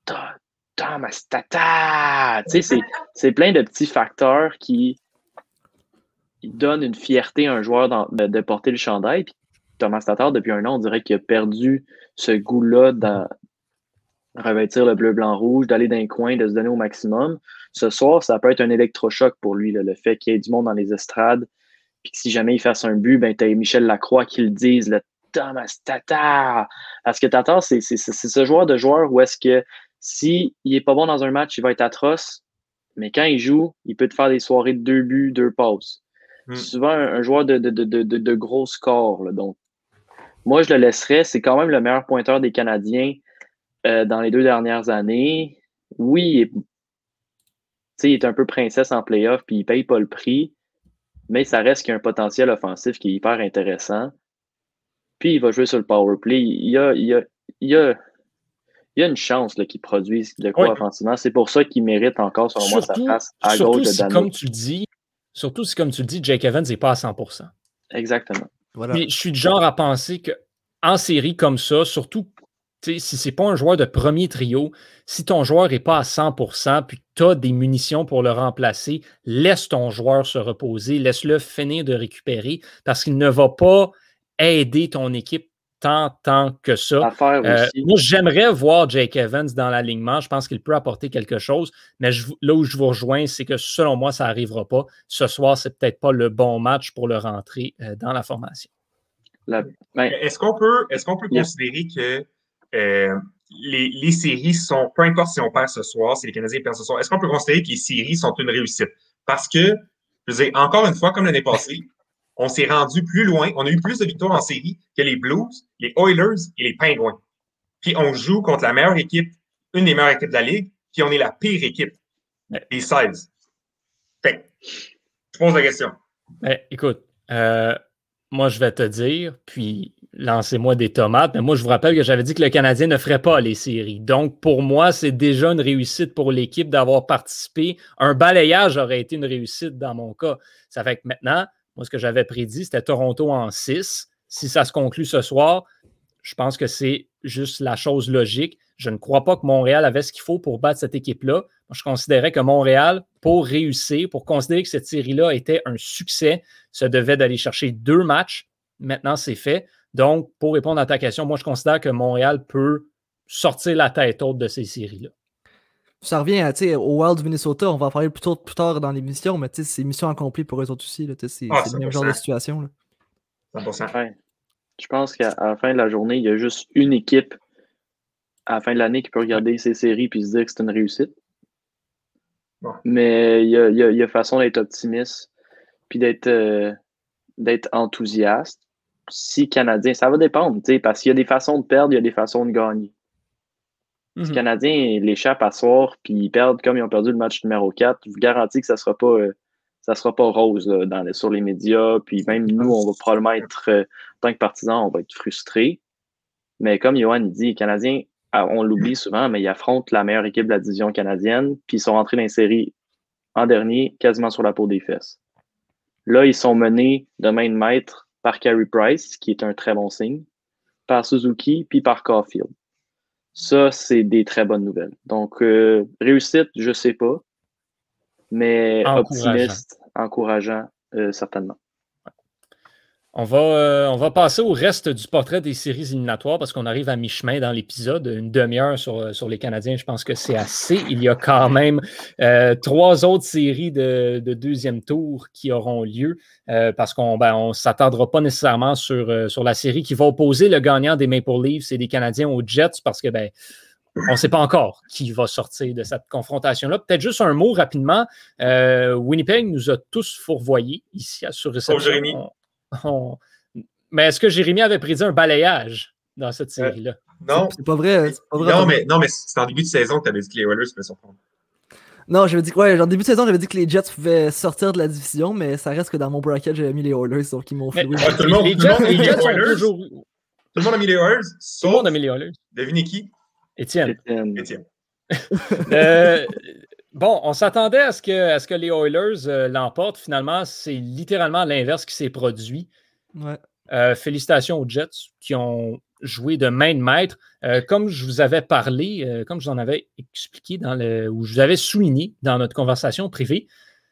Thomas Tatar, tu sais, c'est, c'est plein de petits facteurs qui donnent une fierté à un joueur dans, de, de porter le chandail. Puis Thomas Tatar, depuis un an, on dirait qu'il a perdu ce goût-là de revêtir le bleu, blanc, rouge, d'aller dans les coins, de se donner au maximum. Ce soir, ça peut être un électrochoc pour lui, là, le fait qu'il y ait du monde dans les estrades, puis que si jamais il fasse un but, ben, t'as Michel Lacroix qui le dise, le Thomas Tatar. Parce que Tatar, c'est, c'est, c'est, c'est ce joueur de joueur où est-ce que s'il n'est pas bon dans un match, il va être atroce, mais quand il joue, il peut te faire des soirées de deux buts, deux passes. Mm. C'est souvent un, un joueur de, de, de, de, de gros scores, là, donc moi, je le laisserais. C'est quand même le meilleur pointeur des Canadiens euh, dans les deux dernières années. Oui, il est, il est un peu princesse en playoff puis il ne paye pas le prix, mais ça reste qu'il y a un potentiel offensif qui est hyper intéressant. Puis il va jouer sur le power play. Il y a, il y a, il y a, il y a une chance là, qu'il produise de quoi Oui. offensivement. C'est pour ça qu'il mérite encore, selon moi, sa Surtout, place à surtout gauche de si, Dano. comme tu le dis, surtout si, comme tu le dis, Jake Evans n'est pas à cent pour cent. Exactement. Voilà. Puis je suis du genre à penser qu'en série comme ça, surtout si c'est pas un joueur de premier trio, si ton joueur n'est pas à cent pour cent puis que tu as des munitions pour le remplacer, laisse ton joueur se reposer, laisse-le finir de récupérer parce qu'il ne va pas aider ton équipe tant, tant que ça. Affaire Euh, aussi. moi, j'aimerais voir Jake Evans dans l'alignement. Je pense qu'il peut apporter quelque chose, mais je, là où je vous rejoins, c'est que selon moi, ça n'arrivera pas. Ce soir, c'est peut-être pas le bon match pour le rentrer euh, dans la formation. La- ben, Est-ce qu'on peut, est-ce qu'on peut Yeah. considérer que euh, les, les séries sont, peu importe si on perd ce soir, si les Canadiens perdent ce soir, est-ce qu'on peut considérer que les séries sont une réussite? Parce que, je veux dire, encore une fois, comme l'année passée, on s'est rendu plus loin, on a eu plus de victoires en série que les Blues, les Oilers et les Penguins. Puis on joue contre la meilleure équipe, une des meilleures équipes de la Ligue, puis on est la pire équipe, les seize. Fait que, je pose la question. Ben, écoute, euh, moi, je vais te dire, puis lancez-moi des tomates, mais moi, je vous rappelle que j'avais dit que le Canadien ne ferait pas les séries. Donc, pour moi, c'est déjà une réussite pour l'équipe d'avoir participé. Un balayage aurait été une réussite dans mon cas. Ça fait que maintenant, moi, ce que j'avais prédit, c'était Toronto en six. Si ça se conclut ce soir, je pense que c'est juste la chose logique. Je ne crois pas que Montréal avait ce qu'il faut pour battre cette équipe-là. Moi, je considérais que Montréal, pour réussir, pour considérer que cette série-là était un succès, se devait d'aller chercher deux matchs. Maintenant, c'est fait. Donc, pour répondre à ta question, moi, je considère que Montréal peut sortir la tête haute de ces séries-là. Ça revient à, tu sais, au Wild du Minnesota, on va en parler plus tôt, plus tard dans l'émission, mais tu sais, c'est mission accomplie pour eux autres aussi. Là, tu sais, c'est Ah, c'est le même cent pour cent. genre de situation. Là. cent pour cent. Enfin, je pense qu'à à la fin de la journée, il y a juste une équipe à la fin de l'année qui peut regarder ces séries et se dire que c'est une réussite. Ouais. Mais il y a, il y a- il y a façon d'être optimiste puis d'être euh, d'être enthousiaste. Si Canadien, ça va dépendre, tu sais, parce qu'il y a des façons de perdre, il y a des façons de gagner. Si Mhm. les Canadiens l'échappent à soir puis ils perdent comme ils ont perdu le match numéro quatre, je vous garantis que ça sera pas euh, ça sera pas rose là, dans les, sur les médias. Puis même nous, on va probablement être, euh, en tant que partisans, on va être frustrés. Mais comme Johan dit, les Canadiens, on l'oublie souvent, mais ils affrontent la meilleure équipe de la division canadienne, puis ils sont rentrés dans les séries en dernier, quasiment sur la peau des fesses. Là, ils sont menés de main de maître par Carey Price, qui est un très bon signe, par Suzuki, puis par Caulfield. Ça, c'est des très bonnes nouvelles. Donc, euh, réussite, je sais pas, mais Encourageant. optimiste, encourageant, euh, certainement. On va, euh, on va passer au reste du portrait des séries éliminatoires parce qu'on arrive à mi-chemin dans l'épisode. Une demi-heure sur, sur les Canadiens, je pense que c'est assez. Il y a quand même euh, trois autres séries de, de deuxième tour qui auront lieu euh, parce qu'on ben, on ne s'attardera pas nécessairement sur, euh, sur la série qui va opposer le gagnant des Maple Leafs et des Canadiens aux Jets parce que ben, on ne sait pas encore qui va sortir de cette confrontation-là. Peut-être juste un mot rapidement. Euh, Winnipeg nous a tous fourvoyés ici sur réception. Oh, On... Mais est-ce que Jérémy avait prédit un balayage dans cette série-là? Euh, non. C'est pas vrai. C'est pas vrai non, mais, non, mais c'est en début de saison que tu avais dit que les Oilers pouvaient surprendre. Non, j'avais dit que, ouais, en début de saison, j'avais dit que les Jets pouvaient sortir de la division, mais ça reste que dans mon bracket, j'avais mis les Oilers, donc ils m'ont floué. Ouais, tout le monde, les tout le monde a mis les Jets Oilers. Toujours... Tout le monde a mis les Oilers. Tout le monde a mis les Oilers. Devinez qui? Étienne. Étienne. Étienne. euh, bon, on s'attendait à ce que, à ce que les Oilers euh, l'emportent. Finalement, c'est littéralement l'inverse qui s'est produit. Ouais. Euh, félicitations aux Jets qui ont joué de main de maître. Euh, comme je vous avais parlé, euh, comme je vous en avais expliqué dans le, ou je vous avais souligné dans notre conversation privée,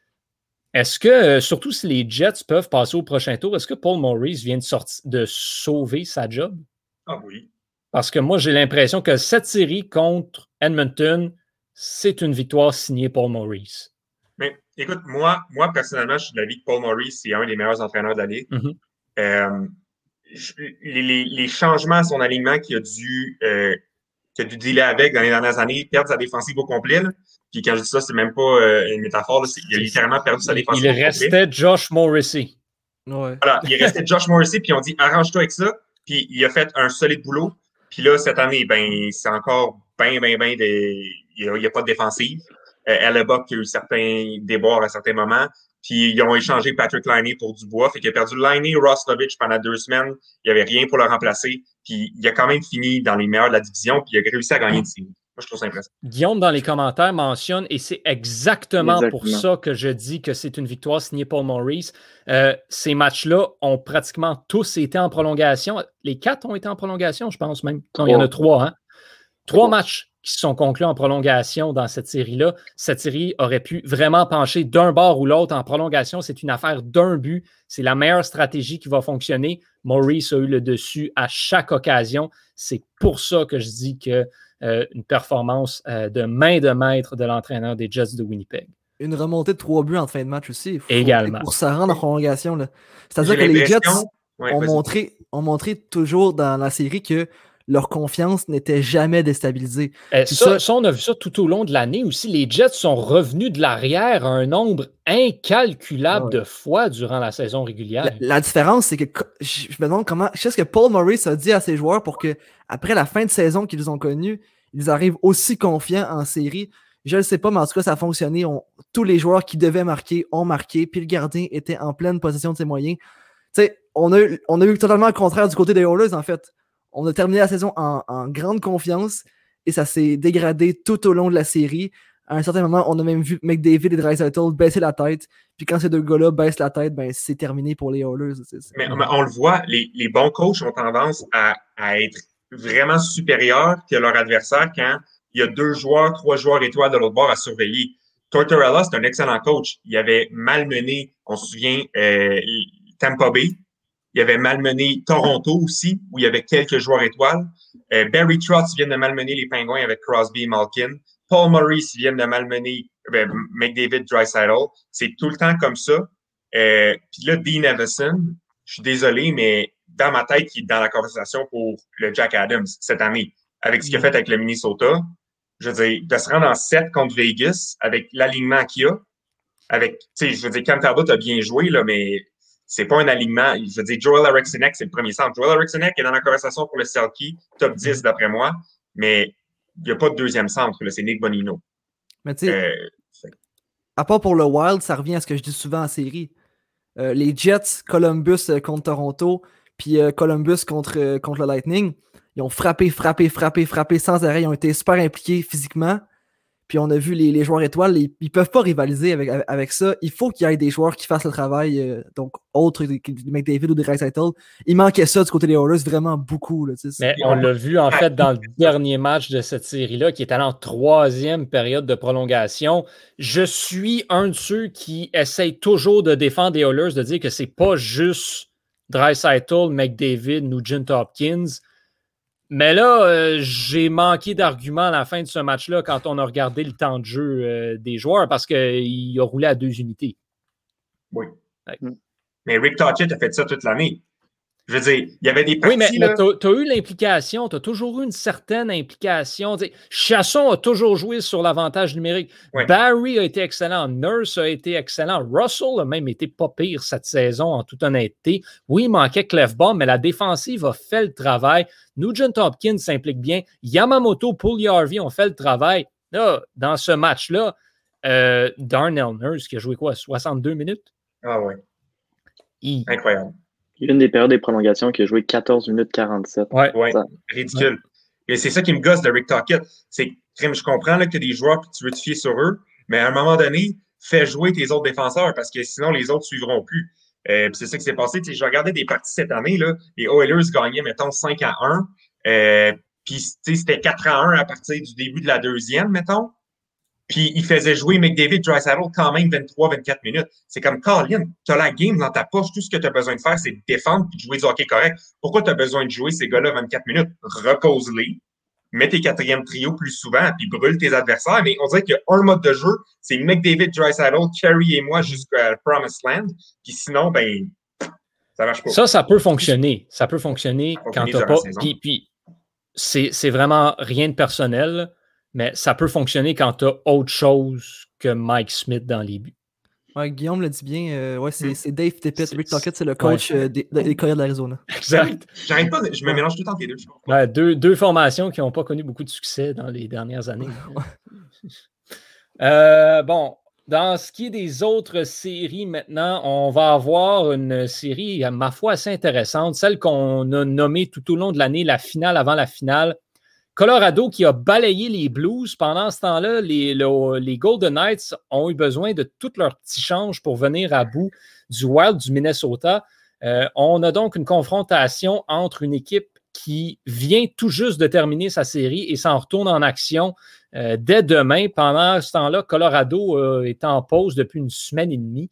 est-ce que, euh, surtout si les Jets peuvent passer au prochain tour, est-ce que Paul Maurice vient de, sortir, de sauver sa job? Ah oui. Parce que moi, j'ai l'impression que cette série contre Edmonton, c'est une victoire signée Paul Maurice. Mais écoute, moi, moi personnellement, je suis de l'avis que Paul Maurice, c'est un des meilleurs entraîneurs de la Ligue. Mm-hmm. Euh, je, les, les, les changements à son alignement qu'il a dû euh, qu'il a dû dealer avec dans les dernières années, perdre sa défensive au complet. Là. Puis quand je dis ça, c'est même pas euh, une métaphore. Là, il a littéralement perdu sa défensive il au complet. Il restait Josh Morrissey. Ouais. Voilà, il restait Josh Morrissey, puis on dit arrange-toi avec ça. Puis il a fait un solide boulot. Puis là, cette année, ben c'est encore bien, bien, bien de. Il n'y a, a pas de défensive. Euh, Hellebuck a eu certains déboires à certains moments. Puis ils ont échangé Patrick Laine pour Dubois. Fait qu'il a perdu Laine, Roslovich pendant deux semaines. Il n'y avait rien pour le remplacer. Puis il a quand même fini dans les meilleurs de la division. Puis il a réussi à gagner une série. Moi, je trouve ça impressionnant. Guillaume, dans les commentaires, mentionne, et c'est exactement, exactement. pour ça que je dis que c'est une victoire signée Paul Maurice. Euh, ces matchs-là ont pratiquement tous été en prolongation. Les quatre ont été en prolongation, je pense même. Non, il y en a trois. Hein? Trois matchs qui se sont conclus en prolongation dans cette série-là. Cette série aurait pu vraiment pencher d'un bord ou l'autre en prolongation. C'est une affaire d'un but. C'est la meilleure stratégie qui va fonctionner. Maurice a eu le dessus à chaque occasion. C'est pour ça que je dis que euh, une performance euh, de main de maître de l'entraîneur des Jets de Winnipeg. Une remontée de trois buts en fin de match aussi. Faut, Également. Pour se rendre en prolongation. Là. C'est-à-dire que les Jets ouais, ont, montré, ont montré toujours dans la série que leur confiance n'était jamais déstabilisée. Euh, ça, ça, ça, on a vu ça tout au long de l'année aussi. Les Jets sont revenus de l'arrière un nombre incalculable ouais. de fois durant la saison régulière. La, la différence, c'est que je me demande comment. Je sais ce que Paul Maurice a dit à ses joueurs pour que, après la fin de saison qu'ils ont connue, ils arrivent aussi confiants en série. Je ne sais pas, mais en tout cas, ça a fonctionné. On, tous les joueurs qui devaient marquer ont marqué, puis le gardien était en pleine possession de ses moyens. Tu sais, on a, on a eu totalement le contraire du côté des Oilers, en fait. On a terminé la saison en, en grande confiance et ça s'est dégradé tout au long de la série. À un certain moment, on a même vu McDavid et Draisaitl baisser la tête. Puis quand ces deux gars-là baissent la tête, ben c'est terminé pour les Oilers. C'est, c'est... Mais, mais on le voit, les, les bons coachs ont tendance à, à être vraiment supérieurs que leur adversaire quand il y a deux joueurs, trois joueurs étoiles de l'autre bord à surveiller. Tortorella, c'est un excellent coach. Il avait malmené, on se souvient, euh, Tampa Bay. Il avait malmené Toronto aussi, où il y avait quelques joueurs étoiles. Euh, Barry Trotz vient de malmener les Pingouins avec Crosby et Malkin. Paul Maurice vient de malmener ben, McDavid, Draisaitl. C'est tout le temps comme ça. Euh, Puis là, Dean Evison, je suis désolé, mais dans ma tête, il est dans la conversation pour le Jack Adams cette année. Avec ce qu'il a fait avec le Minnesota, je veux dire, de se rendre en sept contre Vegas, avec l'alignement qu'il a, avec, tu sais, je veux dire, Cam Talbot a bien joué, là, mais c'est pas un alignement. Je veux dire, Joel Eriksson-Ek, c'est le premier centre. Joel Eriksson-Ek est dans la conversation pour le Selkie, top dix d'après moi, mais il n'y a pas de deuxième centre. Là, c'est Nick Bonino. Mais tu sais, euh, à part pour le Wild, ça revient à ce que je dis souvent en série. Euh, les Jets, Columbus euh, contre Toronto, puis euh, Columbus contre, euh, contre le Lightning, ils ont frappé, frappé, frappé, frappé sans arrêt. Ils ont été super impliqués physiquement. Puis on a vu les, les joueurs étoiles, ils ne peuvent pas rivaliser avec, avec ça. Il faut qu'il y ait des joueurs qui fassent le travail, euh, donc autres que McDavid ou des Draisaitl. Il manquait ça du côté des Oilers vraiment beaucoup. Là, mais on l'a vu en fait dans le dernier match de cette série-là, qui est allé en troisième période de prolongation. Je suis un de ceux qui essayent toujours de défendre les Oilers, de dire que c'est pas juste Draisaitl, McDavid, Nugent Hopkins. Mais là, euh, j'ai manqué d'arguments à la fin de ce match-là quand on a regardé le temps de jeu euh, des joueurs parce qu'il a roulé à deux unités. Oui. Ouais. Mais Rick Tocchet a fait ça toute l'année. Je veux dire, il y avait des parties... Oui, mais, là... mais tu as eu l'implication, tu as toujours eu une certaine implication. T'sais, Chasson a toujours joué sur l'avantage numérique. Oui. Barry a été excellent. Nurse a été excellent. Russell a même été pas pire cette saison, en toute honnêteté. Oui, il manquait Clefbaum, mais la défensive a fait le travail. Nugent Hopkins s'implique bien. Yamamoto, Puljujarvi ont fait le travail. Là, dans ce match-là, euh, Darnell Nurse qui a joué quoi, soixante-deux minutes? Ah oui. Il... Incroyable. Une des périodes des prolongations qui a joué quatorze minutes quarante-sept. Oui, ouais. Ridicule. Ouais. Et c'est ça qui me gosse de Rick Tocchet. C'est que je comprends là, que tu as des joueurs que tu veux te fier sur eux, mais à un moment donné, fais jouer tes autres défenseurs parce que sinon, les autres ne suivront plus. Euh, c'est ça qui s'est passé. T'sais, je regardais des parties cette année, là, les Oilers gagnaient, mettons, cinq à un. Euh, Puis c'était quatre à un à partir du début de la deuxième, mettons. Puis il faisait jouer McDavid, Draisaitl quand même vingt-trois à vingt-quatre minutes. C'est comme, Colin, tu as la game dans ta poche. Tout ce que tu as besoin de faire, c'est de défendre et de jouer du hockey correct. Pourquoi tu as besoin de jouer ces gars-là vingt-quatre minutes? Repose-les. Mets tes quatrièmes trios plus souvent puis brûle tes adversaires. Mais on dirait qu'il y a un mode de jeu. C'est McDavid, Draisaitl, Carey et moi jusqu'à Promised Land. Puis sinon, ben, ça marche pas. Ça, ça peut fonctionner. Ça peut fonctionner ça quand tu n'as pas... Puis, puis c'est, c'est vraiment rien de personnel. Mais ça peut fonctionner quand tu as autre chose que Mike Smith dans les buts. Ouais, Guillaume le dit bien. Euh, ouais, c'est, c'est Dave Tippett. Rick Tocchet, c'est le coach ouais. euh, des, des Coyotes de l'Arizona. Exact. J'arrête pas, je me mélange tout le temps les deux. Ouais, deux. Deux formations qui n'ont pas connu beaucoup de succès dans les dernières années. euh, bon, dans ce qui est des autres séries maintenant, on va avoir une série, à ma foi, assez intéressante. Celle qu'on a nommée tout au long de l'année, la finale avant la finale. Colorado qui a balayé les Blues. Pendant ce temps-là, les, le, les Golden Knights ont eu besoin de tout leur petit change pour venir à bout du Wild du Minnesota. Euh, on a donc une confrontation entre une équipe qui vient tout juste de terminer sa série et s'en retourne en action euh, dès demain. Pendant ce temps-là, Colorado euh, est en pause depuis une semaine et demie.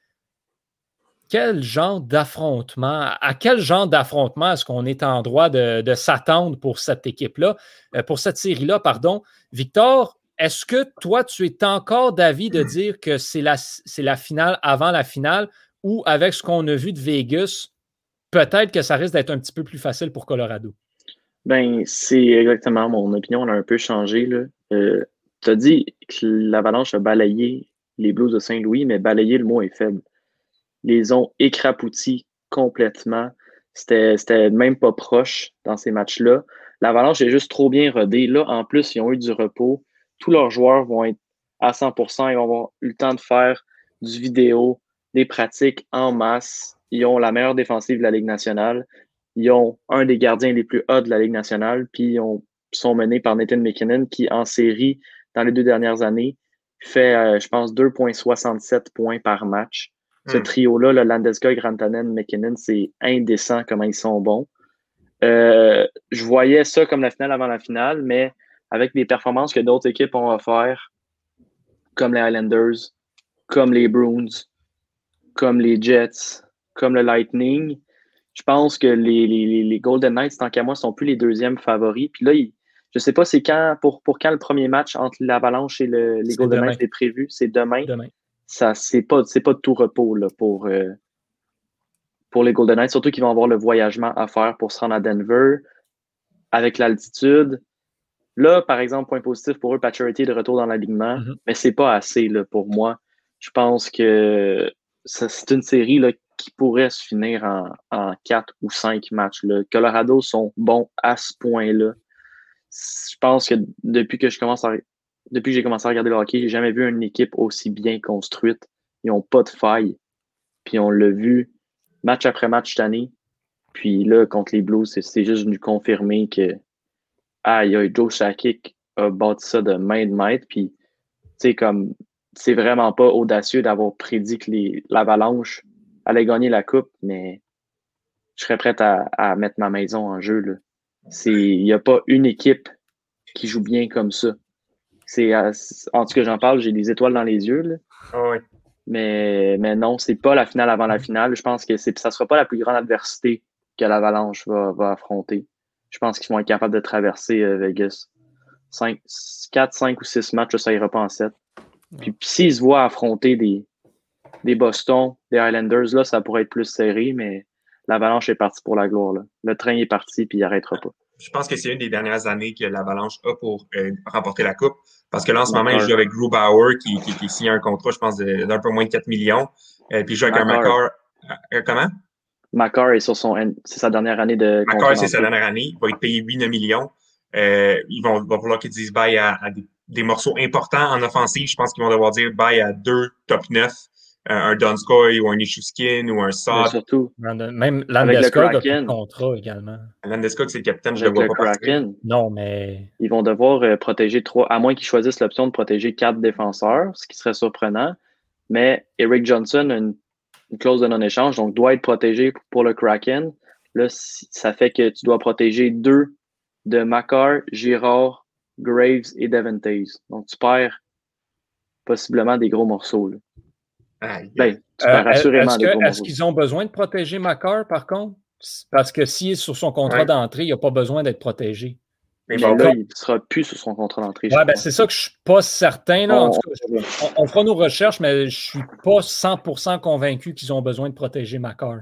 Quel genre d'affrontement, à quel genre d'affrontement est-ce qu'on est en droit de, de s'attendre pour cette équipe-là, euh, pour cette série-là, pardon. Victor, est-ce que toi, tu es encore d'avis de dire que c'est la, c'est la finale avant la finale ou avec ce qu'on a vu de Vegas, peut-être que ça risque d'être un petit peu plus facile pour Colorado? Ben, c'est exactement mon opinion. On a un peu changé, là. Euh, tu as dit que l'Avalanche a balayé les Blues de Saint-Louis, mais balayer, le mot est faible. Les ont écrapoutis complètement. C'était, c'était même pas proche dans ces matchs-là. L'Avalanche est juste trop bien rodée. Là, en plus, ils ont eu du repos. Tous leurs joueurs vont être à cent pour cent. Ils vont avoir eu le temps de faire du vidéo, des pratiques en masse. Ils ont la meilleure défensive de la Ligue nationale. Ils ont un des gardiens les plus hauts de la Ligue nationale. Puis ils ont, sont menés par Nathan MacKinnon qui, en série, dans les deux dernières années, fait, euh, je pense, deux virgule soixante-sept points par match. Ce trio-là, le Landeskog, Rantanen, McKinnon, c'est indécent comment ils sont bons. Euh, je voyais ça comme la finale avant la finale, mais avec les performances que d'autres équipes ont offert, comme les Islanders, comme les Bruins, comme les Jets, comme le Lightning, je pense que les, les, les Golden Knights, tant qu'à moi, sont plus les deuxièmes favoris. Puis là, ils, je ne sais pas c'est quand pour, pour quand le premier match entre l'Avalanche et le, les c'est Golden demain. Knights est prévu. C'est demain. Demain. Ça, c'est pas, c'est pas de tout repos là, pour, euh, pour les Golden Knights, surtout qu'ils vont avoir le voyagement à faire pour se rendre à Denver avec l'altitude. Là, par exemple, point positif pour eux, Pacioretty est de retour dans l'alignement, mm-hmm. mais c'est pas assez là, pour moi. Je pense que ça, c'est une série là, qui pourrait se finir en, en quatre ou cinq matchs. Là. Colorado sont bons à ce point-là. Je pense que depuis que je commence à depuis que j'ai commencé à regarder le hockey, j'ai jamais vu une équipe aussi bien construite. Ils n'ont pas de faille. Puis on l'a vu match après match cette année. Puis là, contre les Blues, c'est, c'est juste venu confirmer que ah, il y a Joe Sakic a bâti ça de main de maître. Puis, tu sais, comme c'est vraiment pas audacieux d'avoir prédit que les, l'Avalanche allait gagner la coupe, mais je serais prête à, à mettre ma maison en jeu, là. C'est, il n'y a pas une équipe qui joue bien comme ça. C'est, en tout cas, j'en parle, j'ai des étoiles dans les yeux, là. Oh, oui. Mais, mais non, c'est pas la finale avant la finale. Je pense que c'est, ça sera pas la plus grande adversité que l'Avalanche va, va affronter. Je pense qu'ils vont être capables de traverser euh, Vegas. quatre, cinq ou six matchs, là, ça ira pas en sept. Puis, puis s'ils se voient affronter des, des Boston, des Islanders, là, ça pourrait être plus serré, mais l'Avalanche est partie pour la gloire, là. Le train est parti, puis il n'arrêtera pas. Je pense que c'est une des dernières années que l'Avalanche a pour euh, remporter la Coupe. Parce que là, en ce moment, il joue avec Grubauer, qui, qui, qui signe un contrat, je pense, de, d'un peu moins de quatre millions. Euh, puis il joue avec Makar. un Makar. Euh, comment? Makar est sur son. C'est sa dernière année de. Makar, c'est sa dernière année. Il va être payé huit neuf millions. Euh, ils vont, va falloir qu'ils disent bye à, à des, des morceaux importants en offensive. Je pense qu'ils vont devoir dire bye à deux top neuf. Euh, un Donskoy ou un Nishuskin ou un Saad. Surtout. Même Landeskog a plus de contrat également. Landeskog, c'est le capitaine, je avec le vois le pas Kraken. Non, mais. Ils vont devoir euh, protéger trois, à moins qu'ils choisissent l'option de protéger quatre défenseurs, ce qui serait surprenant. Mais Eric Johnson a une, une clause de non-échange, donc doit être protégé pour le Kraken. Là, ça fait que tu dois protéger deux de Makar, Girard, Graves et Devon Toews. Donc, tu perds possiblement des gros morceaux, là. Aïe. Ben, tu perds Euh, assurément est-ce, des que, gros est-ce morceaux. qu'ils ont besoin de protéger Makar, par contre? Parce que s'il est sur son contrat Ouais. d'entrée, il n'a pas besoin d'être protégé. Mais Mais bon, là, il ne sera plus sur son contrat d'entrée. Ouais, ben c'est ça que je ne suis pas certain. Là. En On- tout cas, je- on, on fera nos recherches, mais je ne suis pas cent pour cent convaincu qu'ils ont besoin de protéger Makar.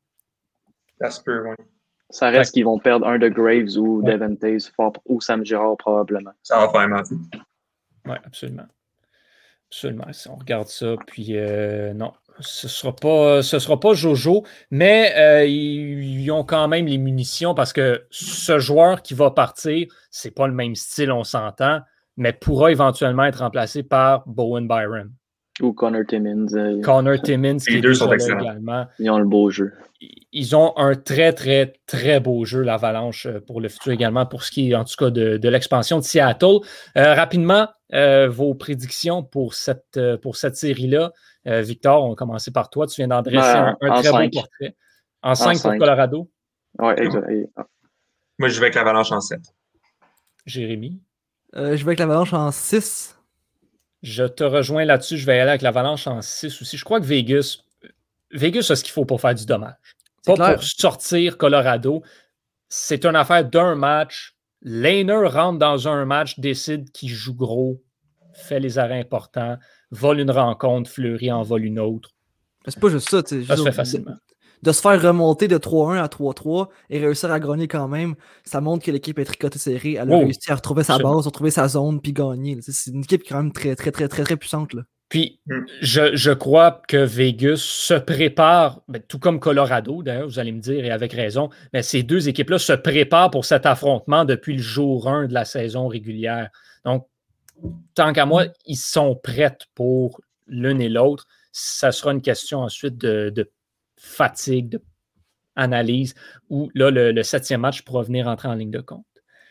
ça se peut, oui. Ça reste Ouais. qu'ils vont perdre un de Graves ou Ouais. Devon Toews fort- ou Sam Girard probablement. Ça va faire mal. Oui, absolument. Absolument. Si on regarde ça, puis euh, non, ce ne sera pas, ce sera pas Jojo, mais euh, ils, ils ont quand même les munitions parce que ce joueur qui va partir, c'est pas le même style, on s'entend, mais pourra éventuellement être remplacé par Bowen Byram. Ou Connor Timmins. euh, Connor Timmins, qui Les est deux sont déjà là excellents. également. Ils ont le beau jeu. Ils ont un très, très, très beau jeu, l'Avalanche, pour le futur également, pour ce qui est, en tout cas, de, de l'expansion de Seattle. Euh, rapidement, euh, vos prédictions pour cette, euh, pour cette série-là. Euh, Victor, on va commencer par toi. Tu viens d'en dresser Ben, un, un en très cinq. beau portrait. En cinq pour cinq. Colorado. Ouais, exact. Moi, je vais avec l'Avalanche en sept. Jérémy. Euh, je vais avec l'Avalanche en six. Je te rejoins là-dessus. Je vais aller avec l'Avalanche en six aussi. Je crois que Vegas, Vegas a ce qu'il faut pour faire du dommage. C'est Pas clair. pour sortir Colorado. C'est une affaire d'un match. Lehner rentre dans un match, décide qu'il joue gros, fait les arrêts importants, vole une rencontre, Fleury en vole une autre. Mais c'est pas juste ça. tu sais, Ça se juste fait de- facilement. De se faire remonter de trois un à trois trois et réussir à gagner quand même, ça montre que l'équipe est tricotée serrée. Elle a Oh, réussi à retrouver sa absolument. base, à retrouver sa zone, puis gagner. là. Tu sais, C'est une équipe qui est quand même très, très, très, très, très puissante. Là. Puis, Mm. je, je crois que Vegas se prépare, ben, tout comme Colorado, d'ailleurs, vous allez me dire, et avec raison, mais ces deux équipes-là se préparent pour cet affrontement depuis le jour un de la saison régulière. Donc, tant qu'à moi, ils sont prêts pour l'une et l'autre. Ça sera une question ensuite de, de fatigue, d'analyse, où là, le, le septième match pourra venir entrer en ligne de compte.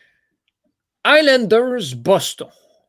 Islanders, Boston.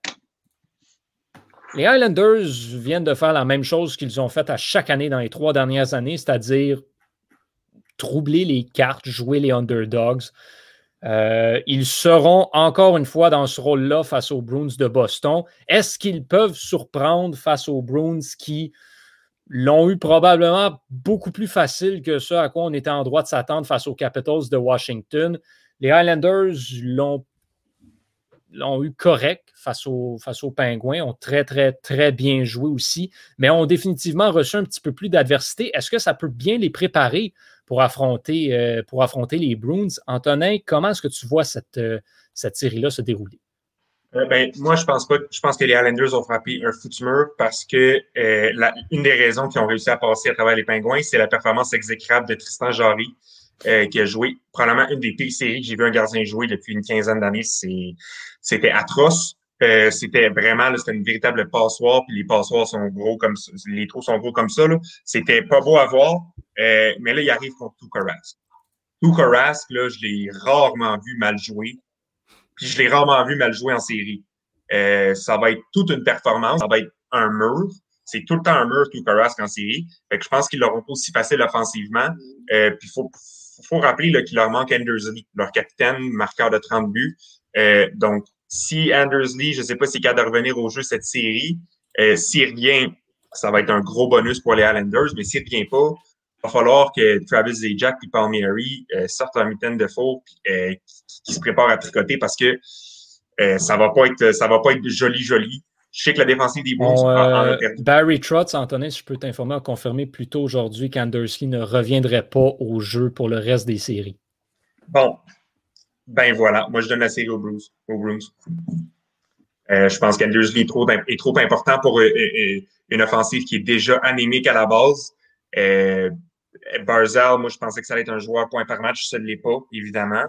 Les Islanders viennent de faire la même chose qu'ils ont fait à chaque année dans les trois dernières années, c'est-à-dire troubler les cartes, jouer les underdogs. Euh, ils seront encore une fois dans ce rôle-là face aux Bruins de Boston. Est-ce qu'ils peuvent surprendre face aux Bruins qui l'ont eu probablement beaucoup plus facile que ce à quoi on était en droit de s'attendre face aux Capitals de Washington? Les Islanders l'ont l'ont eu correct face aux, face aux Pingouins, ont très, très, très bien joué aussi, mais ont définitivement reçu un petit peu plus d'adversité. Est-ce que ça peut bien les préparer pour affronter, euh, pour affronter les Bruins? Antonin, comment est-ce que tu vois cette, euh, cette série-là se dérouler? Euh, ben, moi, je pense pas. Je pense que les Islanders ont frappé un foutu mur parce que euh, la, une des raisons qu'ils ont réussi à passer à travers les Pingouins, c'est la performance exécrable de Tristan Jarry, euh, qui a joué probablement une des pires séries que j'ai vu un gardien jouer depuis une quinzaine d'années. C'est, c'était atroce. Euh, c'était vraiment, là, c'était une véritable passoire, puis les passoires sont gros comme ça, les trous sont gros comme ça, là. C'était pas beau à voir, euh, mais là, il arrive contre Tuukka Rask. Tuukka Rask, là, je l'ai rarement vu mal jouer, puis je l'ai rarement vu mal jouer en série. Euh, ça va être toute une performance, ça va être un mur. C'est tout le temps un mur, Tuukka Rask en série. Fait que je pense qu'ils l'auront pas aussi facile offensivement. Euh, puis il faut, faut rappeler là, qu'il leur manque Anders Lee, leur capitaine, marqueur de trente buts. Euh, donc, si Anders Lee, je ne sais pas s'il est capable de revenir au jeu cette série, euh, s'il revient, ça va être un gros bonus pour les Islanders, mais s'il ne revient pas, il va falloir que Travis Zajac et Palmieri euh, sortent leur mitaine de faux et euh, qu'ils se préparent à tricoter parce que euh, ça va pas être ça va pas être joli, joli. Je sais que la défensive des Bruins On, en a euh, perdu. Barry Trotz, Antonin, si je peux t'informer, a confirmé plus tôt aujourd'hui qu'Anders Lee ne reviendrait pas au jeu pour le reste des séries. Bon, ben voilà. Moi, je donne la série aux Bruins. Aux Bruins. Euh, je pense qu'Anders Lee est trop, est trop important pour euh, euh, une offensive qui est déjà anémique à la base. Euh, Barzal, moi, je pensais que ça allait être un joueur point par match. Ça ne l'est pas, évidemment.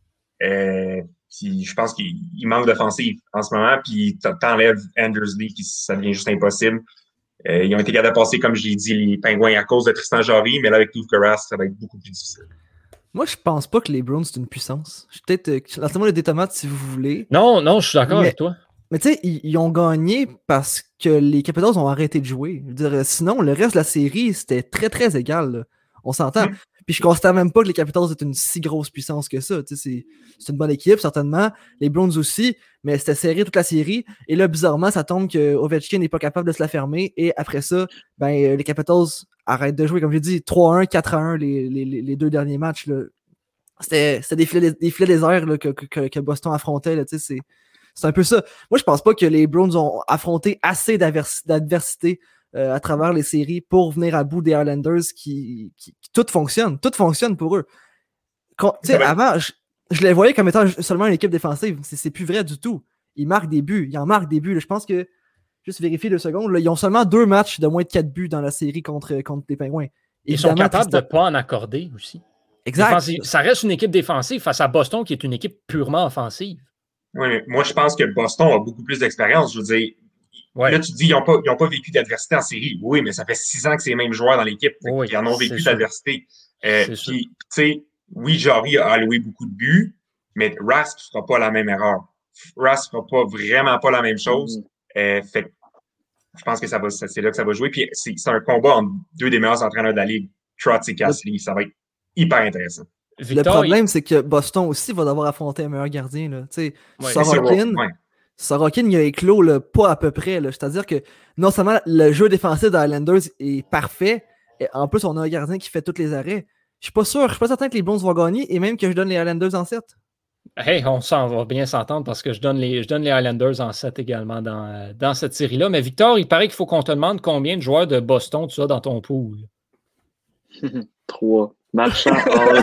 Euh, puis je pense qu'il manque d'offensive en ce moment. Puis t'enlèves Anders Lee, puis ça devient juste impossible. Euh, ils ont été capables de passer, comme je l'ai dit, les Pingouins à cause de Tristan Jarry, mais là, avec Tuukka Rask, ça va être beaucoup plus difficile. Moi, je pense pas que les Browns, c'est une puissance. Je peut-être. Euh, lancez-moi des tomates si vous voulez. Non, non, je suis d'accord mais, avec toi. Mais tu sais, ils, ils ont gagné parce que les Capitals ont arrêté de jouer. Je veux dire, sinon, le reste de la série, c'était très, très égal. Là. On s'entend. Mmh. Puis je constate même pas que les Capitals étaient une si grosse puissance que ça. Tu sais, c'est, c'est une bonne équipe, certainement. Les Browns aussi, mais c'était serré toute la série. Et là, bizarrement, ça tombe que Ovechkin n'est pas capable de se la fermer. Et après ça, ben, les Capitals arrêtent de jouer. Comme j'ai dit, trois à un, quatre à un les, les, les deux derniers matchs. Là. C'était, c'était des filets, des filets déserts là, que, que, que Boston affrontait. Là, c'est, c'est un peu ça. Moi, je pense pas que les Browns ont affronté assez d'adversité euh, à travers les séries pour venir à bout des Islanders qui, qui, qui tout fonctionne. Tout fonctionne pour eux. Quand, avant, je, je les voyais comme étant seulement une équipe défensive. C'est, c'est plus vrai du tout. Ils marquent des buts. Ils en marquent des buts. Là. Je pense que, juste vérifier deux secondes, là, ils ont seulement deux matchs de moins de quatre buts dans la série contre, contre les Pingouins. Ils sont capables Tristan... de ne pas en accorder aussi. Exact. Défensive. Ça reste une équipe défensive face à Boston qui est une équipe purement offensive. Oui, mais moi, je pense que Boston a beaucoup plus d'expérience. Je veux dire, ouais. Là, tu dis, ils n'ont pas, ils ont pas vécu d'adversité en série. Oui, mais ça fait six ans que c'est les mêmes joueurs dans l'équipe. Oui, ils en ont vécu d'adversité. Euh, puis, tu sais, oui, Jarry a alloué beaucoup de buts, mais Rask ne fera pas la même erreur. Rask ne fera pas vraiment pas la même chose. Mm. Euh, fait je pense que ça va, ça, c'est là que ça va jouer. Puis, c'est, c'est un combat entre deux des meilleurs entraîneurs de la Ligue, Trotz et Cassidy. Ça va être hyper intéressant. Victor, le problème, il... c'est que Boston aussi va devoir affronter un meilleur gardien. Là. Ouais, Sorokin, ouais. Sorokin, il a éclos là, pas à peu près. Là. C'est-à-dire que non seulement le jeu défensif des Islanders est parfait, et en plus, on a un gardien qui fait tous les arrêts. Je suis pas sûr, je suis pas certain que les Browns vont gagner et même que je donne les Islanders en sept. Hey, on s'en va bien s'entendre parce que je donne les, je donne les Islanders en sept également dans, dans cette série-là. Mais Victor, il paraît qu'il faut qu'on te demande combien de joueurs de Boston tu as dans ton pool. Trois. Marchand,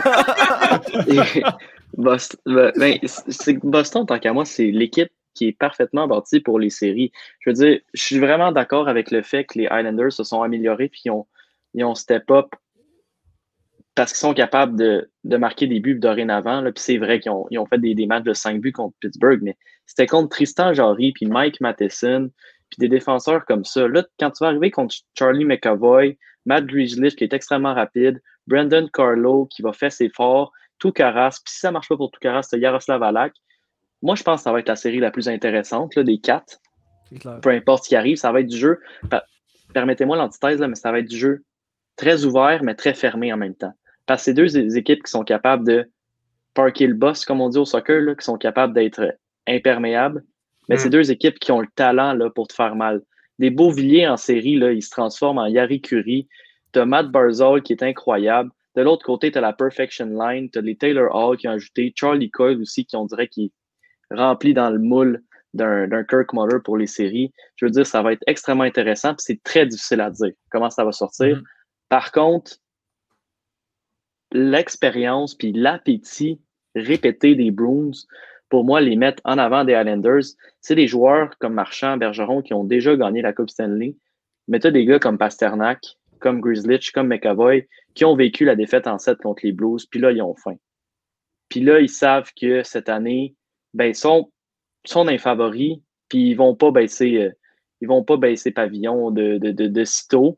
et Boston, ben, c'est Boston, tant qu'à moi, c'est l'équipe qui est parfaitement bâtie pour les séries. Je veux dire, je suis vraiment d'accord avec le fait que les Islanders se sont améliorés puis ils ont, ils ont step up parce qu'ils sont capables de, de marquer des buts dorénavant. Là, puis c'est vrai qu'ils ont, ils ont fait des, des matchs de cinq buts contre Pittsburgh, mais c'était contre Tristan Jarry puis Mike Matheson puis des défenseurs comme ça. Là, quand tu vas arriver contre Charlie McAvoy, Matt Grzelcyk qui est extrêmement rapide, Brandon Carlo qui va faire ses forts, Tuukka Rask, puis si ça ne marche pas pour Tuukka Rask, c'est Yaroslav Halak. Moi, je pense que ça va être la série la plus intéressante là, des quatre. Peu importe ce qui arrive, ça va être du jeu. Permettez-moi l'antithèse, là, mais ça va être du jeu très ouvert, mais très fermé en même temps. Parce que c'est deux équipes qui sont capables de parker le boss, comme on dit au soccer, là, qui sont capables d'être imperméables, mais mm. c'est deux équipes qui ont le talent là, pour te faire mal. Des Beauvilliers en série, là, ils se transforment en Jari Kurri. Tu as Matt Barzal qui est incroyable. De l'autre côté, tu as la Perfection Line. Tu as les Taylor Hall qui ont ajouté. Charlie Coyle aussi, qui on dirait qui est rempli dans le moule d'un, d'un Kirk Muller pour les séries. Je veux dire, ça va être extrêmement intéressant. Puis c'est très difficile à dire comment ça va sortir. Mm-hmm. Par contre, l'expérience puis l'appétit répété des Bruins, pour moi, les mettre en avant des Islanders, c'est des joueurs comme Marchand, Bergeron qui ont déjà gagné la Coupe Stanley. Mais tu as des gars comme Pasternak, comme Grzelcyk, comme McAvoy, qui ont vécu la défaite en sept contre les Blues, puis là, ils ont faim. Puis là, ils savent que cette année, ben, ils sont, sont dans les favoris, puis ils vont pas baisser, euh, ils vont pas baisser pavillon de, de, de, de sitôt.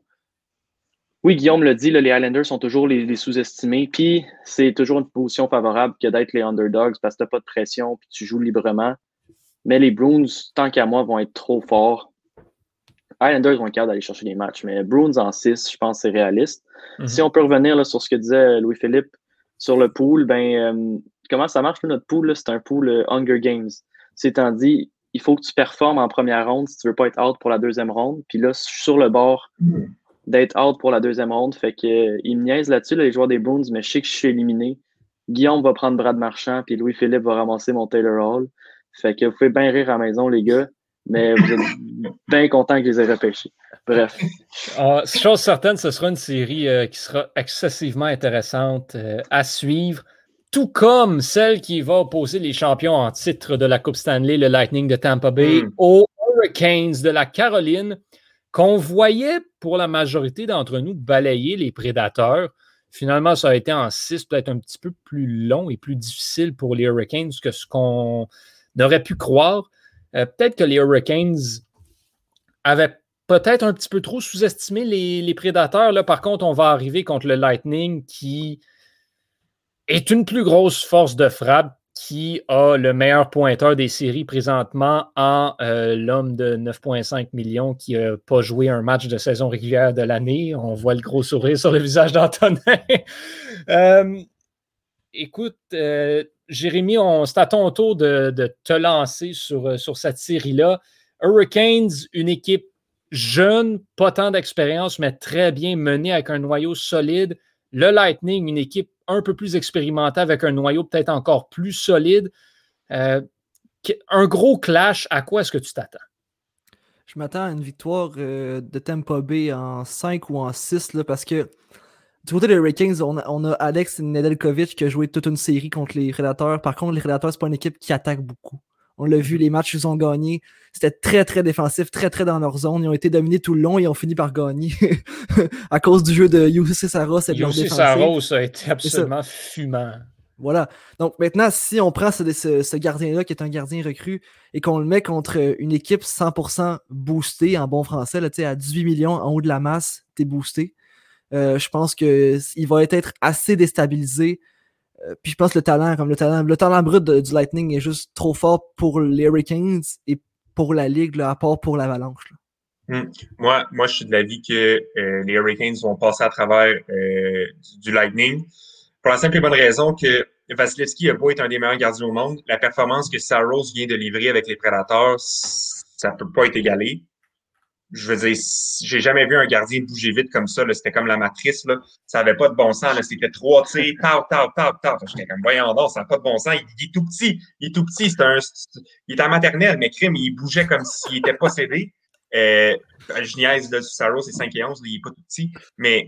Oui, Guillaume l'a dit, là, les Highlanders sont toujours les, les sous-estimés, puis c'est toujours une position favorable que d'être les underdogs parce que t'as pas de pression, puis tu joues librement. Mais les Bruins, tant qu'à moi, vont être trop forts. Highlanders vont être capables d'aller chercher les matchs, mais Bruins en six, je pense que c'est réaliste. Mm-hmm. Si on peut revenir là, sur ce que disait Louis-Philippe sur le pool, ben euh, comment ça marche, là, notre pool? Là, c'est un pool euh, Hunger Games. C'est étant dit, il faut que tu performes en première ronde si tu veux pas être out pour la deuxième ronde. Puis là, je suis sur le bord d'être out pour la deuxième ronde. Fait que euh, ils me niaisent là-dessus, là, les joueurs des Bruins, mais je sais que je suis éliminé. Guillaume va prendre Brad Marchand, puis Louis-Philippe va ramasser mon Taylor Hall. Fait que vous pouvez bien rire à la maison, les gars, mais vous êtes bien contents que je les ai repêchés. Bref. Ah, chose certaine, ce sera une série euh, qui sera excessivement intéressante euh, à suivre, tout comme celle qui va opposer les champions en titre de la Coupe Stanley, le Lightning de Tampa Bay, mm. aux Hurricanes de la Caroline, qu'on voyait pour la majorité d'entre nous balayer les Prédateurs. Finalement, ça a été en six, peut-être un petit peu plus long et plus difficile pour les Hurricanes que ce qu'on aurait pu croire. Euh, peut-être que les Hurricanes avaient peut-être un petit peu trop sous-estimé les, les Prédateurs. Là, par contre, on va arriver contre le Lightning qui est une plus grosse force de frappe, qui a le meilleur pointeur des séries présentement en euh, l'homme de neuf virgule cinq millions qui n'a pas joué un match de saison régulière de l'année. On voit le gros sourire sur le visage d'Antonin. euh, écoute, euh, Jérémy, on, c'est à ton tour de, de te lancer sur, sur cette série-là. Hurricanes, une équipe jeune, pas tant d'expérience, mais très bien menée avec un noyau solide. Le Lightning, une équipe un peu plus expérimentée avec un noyau peut-être encore plus solide. Euh, un gros clash, à quoi est-ce que tu t'attends? Je m'attends à une victoire euh, de Tampa Bay en cinq ou en six, là, parce que du côté des Hurricanes, on a, on a Alex Nedeljkovic qui a joué toute une série contre les Prédateurs. Par contre, les Prédateurs, c'est pas une équipe qui attaque beaucoup. On l'a vu, les matchs qu'ils ont gagnés, c'était très, très défensif, très, très dans leur zone. Ils ont été dominés tout le long et ont fini par gagner à cause du jeu de Jussi Saros et de leur défensive. Jussi Saros a été absolument fumant. Voilà. Donc maintenant, si on prend ce, ce, ce gardien-là qui est un gardien recru et qu'on le met contre une équipe cent pour cent boostée en bon français, là, à dix-huit millions en haut de la masse, t'es boosté. Euh, je pense qu'il va être assez déstabilisé. Euh, puis je pense que le talent, comme le talent, le talent brut de, du Lightning est juste trop fort pour les Hurricanes et pour la Ligue, là, à part pour l'Avalanche. Mmh. Moi, moi, je suis de l'avis que euh, les Hurricanes vont passer à travers euh, du, du Lightning. Pour la simple et bonne raison que Vasilevski a beau être un des meilleurs gardiens au monde, la performance que Saros vient de livrer avec les Prédateurs, ça peut pas être égalé. Je veux dire, j'ai jamais vu un gardien bouger vite comme ça. Là. C'était comme la matrice. Là. Ça avait pas de bon sens. Là. C'était trois tirs, tard, tard, tard, tard. J'étais comme, voyons donc, ça n'a pas de bon sens. Il, il est tout petit. Il est tout petit. C'est un, il est en maternelle, mais crime, il bougeait comme s'il était possédé. Euh, je niaise, là, Saros, c'est cinq et onze, là, il est pas tout petit. Mais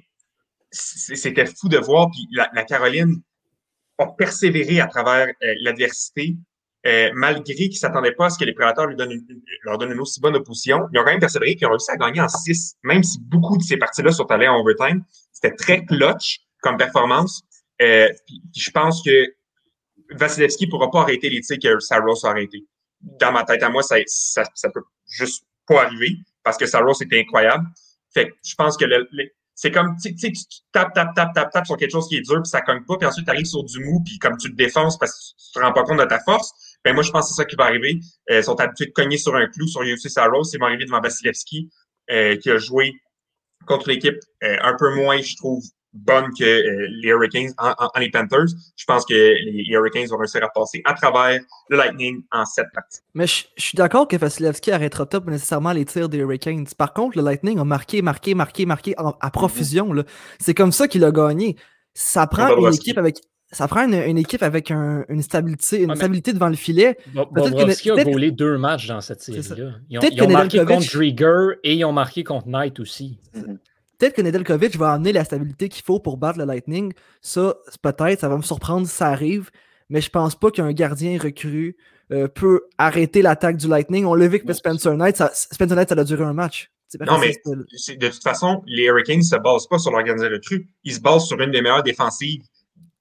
c'était fou de voir. Puis la, la Caroline a persévéré à travers euh, l'adversité. Euh, malgré qu'ils ne s'attendaient pas à ce que les Prédateurs lui donnent une, leur donnent une aussi bonne opposition, ils ont quand même persévéré et ils ont réussi à gagner en six, même si beaucoup de ces parties-là sont allées en overtime. C'était très clutch comme performance. Euh, puis, puis je pense que Vasilevski ne pourra pas arrêter les tirs que Saros a arrêtés. Dans ma tête à moi, ça, ça, ça peut juste pas arriver parce que Saros était incroyable. Fait que je pense que le, le c'est comme, tu sais, tu tapes, tapes, tapes, tapes, tapes sur quelque chose qui est dur puis ça cogne pas, puis ensuite tu arrives sur du mou puis comme tu te défonces parce que tu te rends pas compte de ta force, ben moi je pense que c'est ça qui va arriver. Euh, ils sont habitués de cogner sur un clou sur Jussi Saros, ils vont arriver devant Vasilevski euh, qui a joué contre l'équipe euh, un peu moins, je trouve, bonne que euh, les Hurricanes en, en, en les Panthers. Je pense que les, les Hurricanes vont réussir à passer à travers le Lightning en sept parties. Mais je, je suis d'accord que Vasilevski arrêtera pas nécessairement les tirs des Hurricanes. Par contre, le Lightning a marqué, marqué, marqué, marqué en, à profusion. Là. C'est comme ça qu'il a gagné. Ça prend une équipe avec... Ça prend une, une équipe avec un, une stabilité, une ouais, stabilité devant le filet. Bobrovski a volé deux matchs dans cette série-là. Ils ont, ils ont marqué contre Drieger et ils ont marqué contre Knight aussi. Mm-hmm. Peut-être que Nedeljkovic va amener la stabilité qu'il faut pour battre le Lightning. Ça, peut-être, ça va me surprendre si ça arrive. Mais je pense pas qu'un gardien recru euh, peut arrêter l'attaque du Lightning. On l'a vu que Spencer Knight, ça, Spencer Knight, ça a duré un match. Non, mais c'est, de toute façon, les Hurricanes ne se basent pas sur leur gardien recru. Ils se basent sur une des meilleures défensives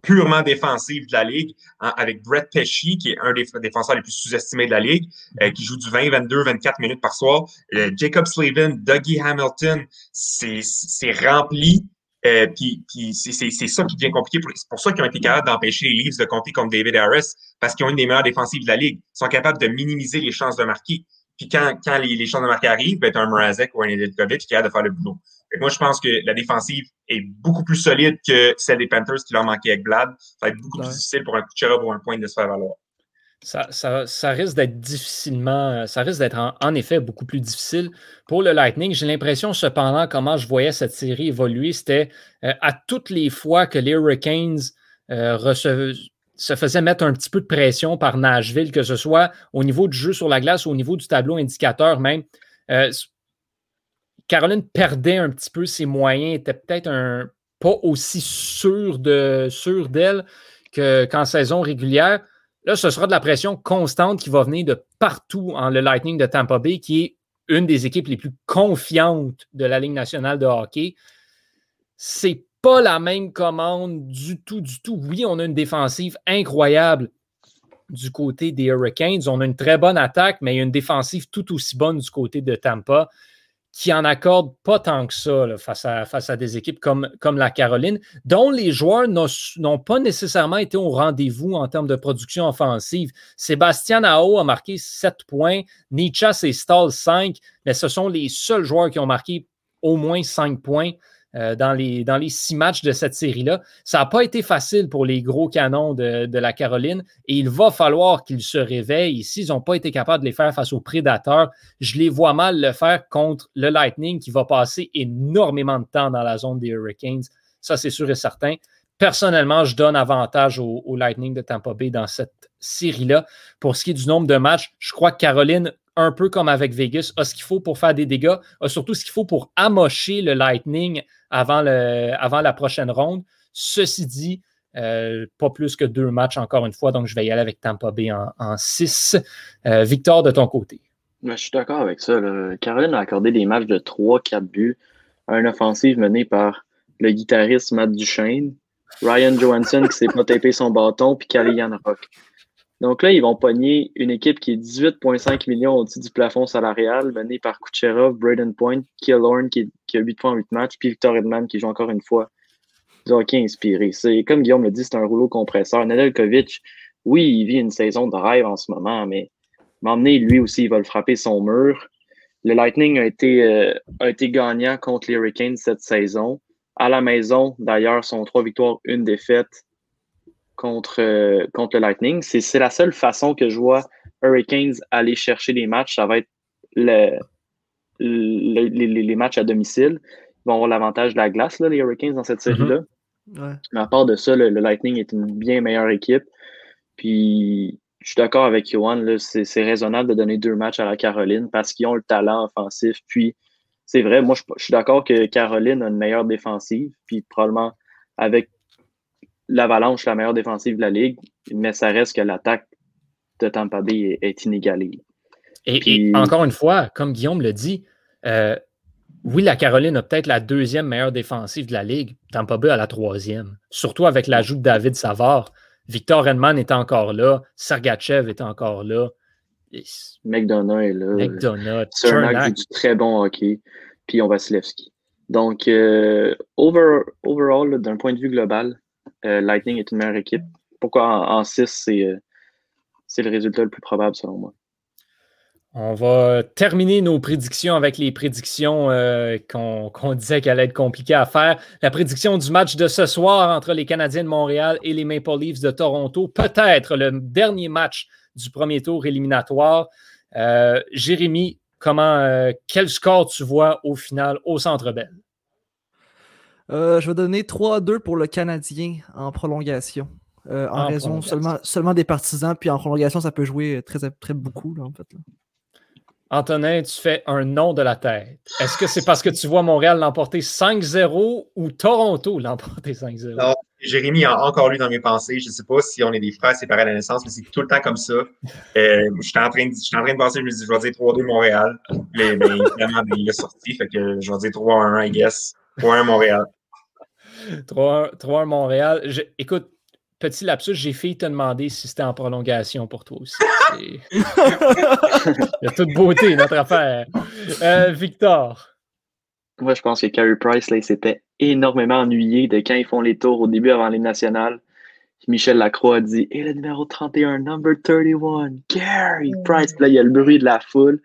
purement défensive de la Ligue, hein, avec Brett Pesci, qui est un des défenseurs les plus sous-estimés de la Ligue, euh, qui joue du vingt, vingt-deux, vingt-quatre minutes par soir. Euh, Jacob Slavin, Dougie Hamilton, c'est, c'est rempli. Euh, puis puis c'est, c'est, c'est ça qui devient compliqué. Pour, c'est pour ça qu'ils ont été capables d'empêcher les Leafs de compter contre David Harris, parce qu'ils ont une des meilleures défensives de la Ligue. Ils sont capables de minimiser les chances de marquer. Puis quand, quand les, les chances de marquer arrivent, ben, t'as un Mrazek ou un Nedeljkovic qui est capable de faire le boulot. Fait que moi, je pense que la défensive est beaucoup plus solide que celle des Panthers qui leur manquait avec Vlad. Ça va être beaucoup ouais. plus difficile pour un Kucherov ou un Point de se faire valoir. Ça, ça, ça risque d'être difficilement, ça risque d'être en, en effet beaucoup plus difficile pour le Lightning. J'ai l'impression, cependant, comment je voyais cette série évoluer, c'était euh, à toutes les fois que les Hurricanes euh, recevaient, se faisaient mettre un petit peu de pression par Nashville, que ce soit au niveau du jeu sur la glace ou au niveau du tableau indicateur même. Euh, Caroline perdait un petit peu ses moyens, était peut-être un, pas aussi sûr, de, sûr d'elle que, qu'en saison régulière. Là, ce sera de la pression constante qui va venir de partout en le Lightning de Tampa Bay, qui est une des équipes les plus confiantes de la Ligue nationale de hockey. C'est pas la même commande du tout, du tout. Oui, on a une défensive incroyable du côté des Hurricanes. On a une très bonne attaque, mais il y a une défensive tout aussi bonne du côté de Tampa, qui en accorde pas tant que ça là, face, à, face à des équipes comme, comme la Caroline, dont les joueurs n'ont, n'ont pas nécessairement été au rendez-vous en termes de production offensive. Sébastien Aho a marqué sept points, Nichas et Stahl cinq, mais ce sont les seuls joueurs qui ont marqué au moins cinq points euh, dans, les, dans les six matchs de cette série-là. Ça n'a pas été facile pour les gros canons de, de la Caroline et il va falloir qu'ils se réveillent. Et s'ils n'ont pas été capables de les faire face aux Prédateurs, je les vois mal le faire contre le Lightning qui va passer énormément de temps dans la zone des Hurricanes. Ça, c'est sûr et certain. Personnellement, je donne avantage au, au Lightning de Tampa Bay dans cette série-là. Pour ce qui est du nombre de matchs, je crois que Caroline, un peu comme avec Vegas, a ce qu'il faut pour faire des dégâts, a surtout ce qu'il faut pour amocher le Lightning avant, le, avant la prochaine ronde. Ceci dit, euh, pas plus que deux matchs encore une fois, donc je vais y aller avec Tampa Bay en, en six. Euh, Victor, de ton côté. Ben, je suis d'accord avec ça. Là. Caroline a accordé des matchs de trois quatre buts à une offensive menée par le guitariste Matt Duchesne, Ryan Johansson qui s'est pas tapé son bâton, puis Kalyan Rock. Donc là, ils vont pogner une équipe qui est dix-huit virgule cinq millions au-dessus du plafond salarial, menée par Kucherov, Braden Point, Killorn qui, qui a huit points en huit matchs, puis Victor Hedman qui joue encore une fois du hockey inspiré. C'est, comme Guillaume l'a dit, c'est un rouleau compresseur. Nedeljkovic, oui, il vit une saison de rêve en ce moment, mais m'emmener, lui aussi, il va le frapper son mur. Le Lightning a été, euh, a été gagnant contre les Hurricanes cette saison. À la maison, d'ailleurs, sont trois victoires, une défaite contre, euh, contre le Lightning. C'est, c'est la seule façon que je vois Hurricanes aller chercher les matchs. Ça va être le, le, les, les matchs à domicile. Ils vont avoir l'avantage de la glace, là, les Hurricanes, dans cette série-là. Mm-hmm. Ouais. Mais à part de ça, le, le Lightning est une bien meilleure équipe. Puis, je suis d'accord avec Johan, là, c'est, c'est raisonnable de donner deux matchs à la Caroline parce qu'ils ont le talent offensif. Puis, c'est vrai, moi, je, je suis d'accord que Caroline a une meilleure défensive. Puis, probablement, avec l'Avalanche, la meilleure défensive de la Ligue, mais ça reste que l'attaque de Tampa Bay est, est inégalée. Et, Puis, et encore une fois, comme Guillaume le dit, euh, oui, la Caroline a peut-être la deuxième meilleure défensive de la Ligue. Tampa Bay a la troisième. Surtout avec l'ajout de David Savard. Victor Hedman est encore là. Sergachev est encore là. McDonough est là. McDonough. Cernak joue du très bon hockey. Puis on Vasilevski. Donc, euh, over, overall, là, d'un point de vue global, euh, Lightning est une meilleure équipe. Pourquoi en six, c'est, euh, c'est le résultat le plus probable selon moi. On va terminer nos prédictions avec les prédictions euh, qu'on, qu'on disait qu'elles allaient être compliquées à faire. La prédiction du match de ce soir entre les Canadiens de Montréal et les Maple Leafs de Toronto. Peut-être le dernier match du premier tour éliminatoire. Euh, Jérémy, comment, euh, quel score tu vois au final au Centre Bell? Euh, je vais donner trois à deux pour le Canadien en prolongation. Euh, en, en raison seulement, seulement des partisans. Puis en prolongation, ça peut jouer très, très beaucoup, là, en fait. Là. Antonin, tu fais un nom de la tête. Est-ce que c'est parce que tu vois Montréal l'emporter cinq zéro ou Toronto l'emporter cinq zéro? Non, Jérémy a encore lu dans mes pensées. Je ne sais pas si on est des frères séparés à la naissance, mais c'est tout le temps comme ça. Euh, je suis en train de, je suis en train de penser, je me dis, je vais dire trois deux Montréal. Mais, mais finalement, il est sorti, fait que je vais dire trois un, I guess. trois un Montréal. trois un Montréal. Je, écoute, petit lapsus, j'ai failli te demander si c'était en prolongation pour toi aussi. Il y a toute beauté, notre affaire. Euh, Victor. Moi, je pense que Carey Price, là, il s'était énormément ennuyé de quand ils font les tours au début avant les nationales. Michel Lacroix a dit « Et le numéro trente et un, number trente et un, Carey Price. » Puis là, il y a le bruit de la foule.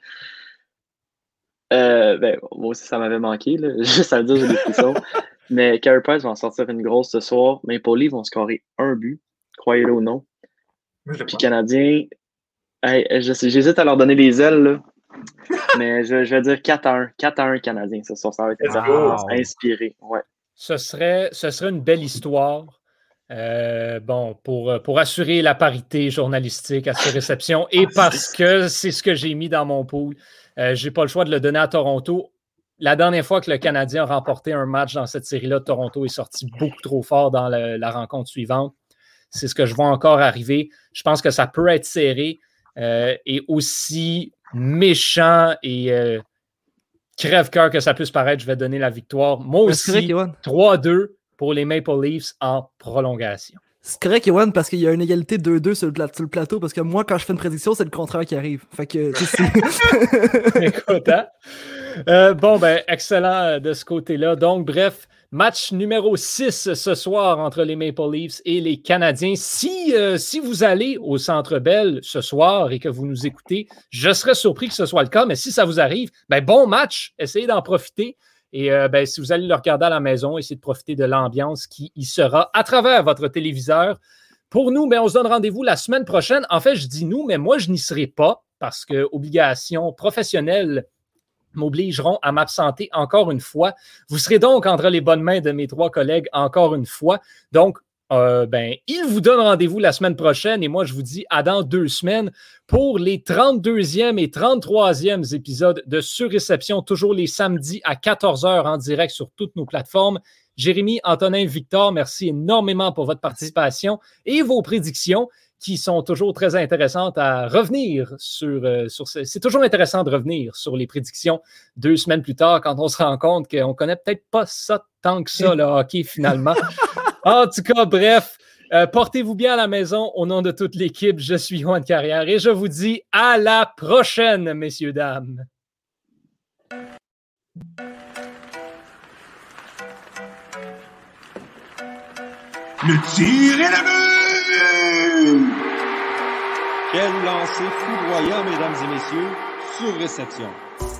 Euh, ben, moi aussi, ça m'avait manqué, là. Juste à le dire, j'ai des frissons. Mais Carey Price va en sortir une grosse ce soir. Maple Leafs vont scorer un but, croyez-le ou non. Puis Canadiens, hey, j'hésite à leur donner les ailes, là. Mais je, je vais dire quatre à un. quatre à un Canadiens ce soir. Ça va être wow. inspiré. Ouais. Ce serait, ce serait une belle histoire. Euh, bon, pour, pour assurer la parité journalistique à cette réception et parce que c'est ce que j'ai mis dans mon pool. Euh, je n'ai pas le choix de le donner à Toronto. La dernière fois que le Canadien a remporté un match dans cette série-là, Toronto est sorti beaucoup trop fort dans le, la rencontre suivante. C'est ce que je vois encore arriver. Je pense que ça peut être serré euh, et aussi méchant et euh, crève-cœur que ça puisse paraître, je vais donner la victoire. Moi aussi, trois à deux pour les Maple Leafs en prolongation. C'est correct, Yoann, parce qu'il y a une égalité deux deux sur, sur le plateau, parce que moi, quand je fais une prédiction, c'est le contraire qui arrive. Fait que, tu sais, écoute, hein? Euh, bon, ben, excellent de ce côté-là. Donc, bref, match numéro six ce soir entre les Maple Leafs et les Canadiens. Si, euh, si vous allez au Centre Bell ce soir et que vous nous écoutez, je serais surpris que ce soit le cas, mais si ça vous arrive, ben, bon match, essayez d'en profiter. Et euh, ben, si vous allez le regarder à la maison, essayez de profiter de l'ambiance qui y sera à travers votre téléviseur. Pour nous, ben, on se donne rendez-vous la semaine prochaine. En fait, je dis nous, mais moi, je n'y serai pas parce que obligations professionnelles m'obligeront à m'absenter encore une fois. Vous serez donc entre les bonnes mains de mes trois collègues encore une fois. Donc, Euh, ben, il vous donne rendez-vous la semaine prochaine et moi, je vous dis à dans deux semaines pour les trente-deuxième et trente-troisième épisodes de Surréception, toujours les samedis à quatorze heures en direct sur toutes nos plateformes. Jérémy, Antonin, Victor, merci énormément pour votre participation et vos prédictions qui sont toujours très intéressantes à revenir sur... Euh, sur ce... C'est toujours intéressant de revenir sur les prédictions deux semaines plus tard quand on se rend compte qu'on ne connaît peut-être pas ça tant que ça, le hockey, finalement. En tout cas, bref, euh, portez-vous bien à la maison. Au nom de toute l'équipe, je suis Yoann Carrière et je vous dis à la prochaine, messieurs, dames. Le tir est le but! Quel lancer foudroyant, mesdames et messieurs, sur réception.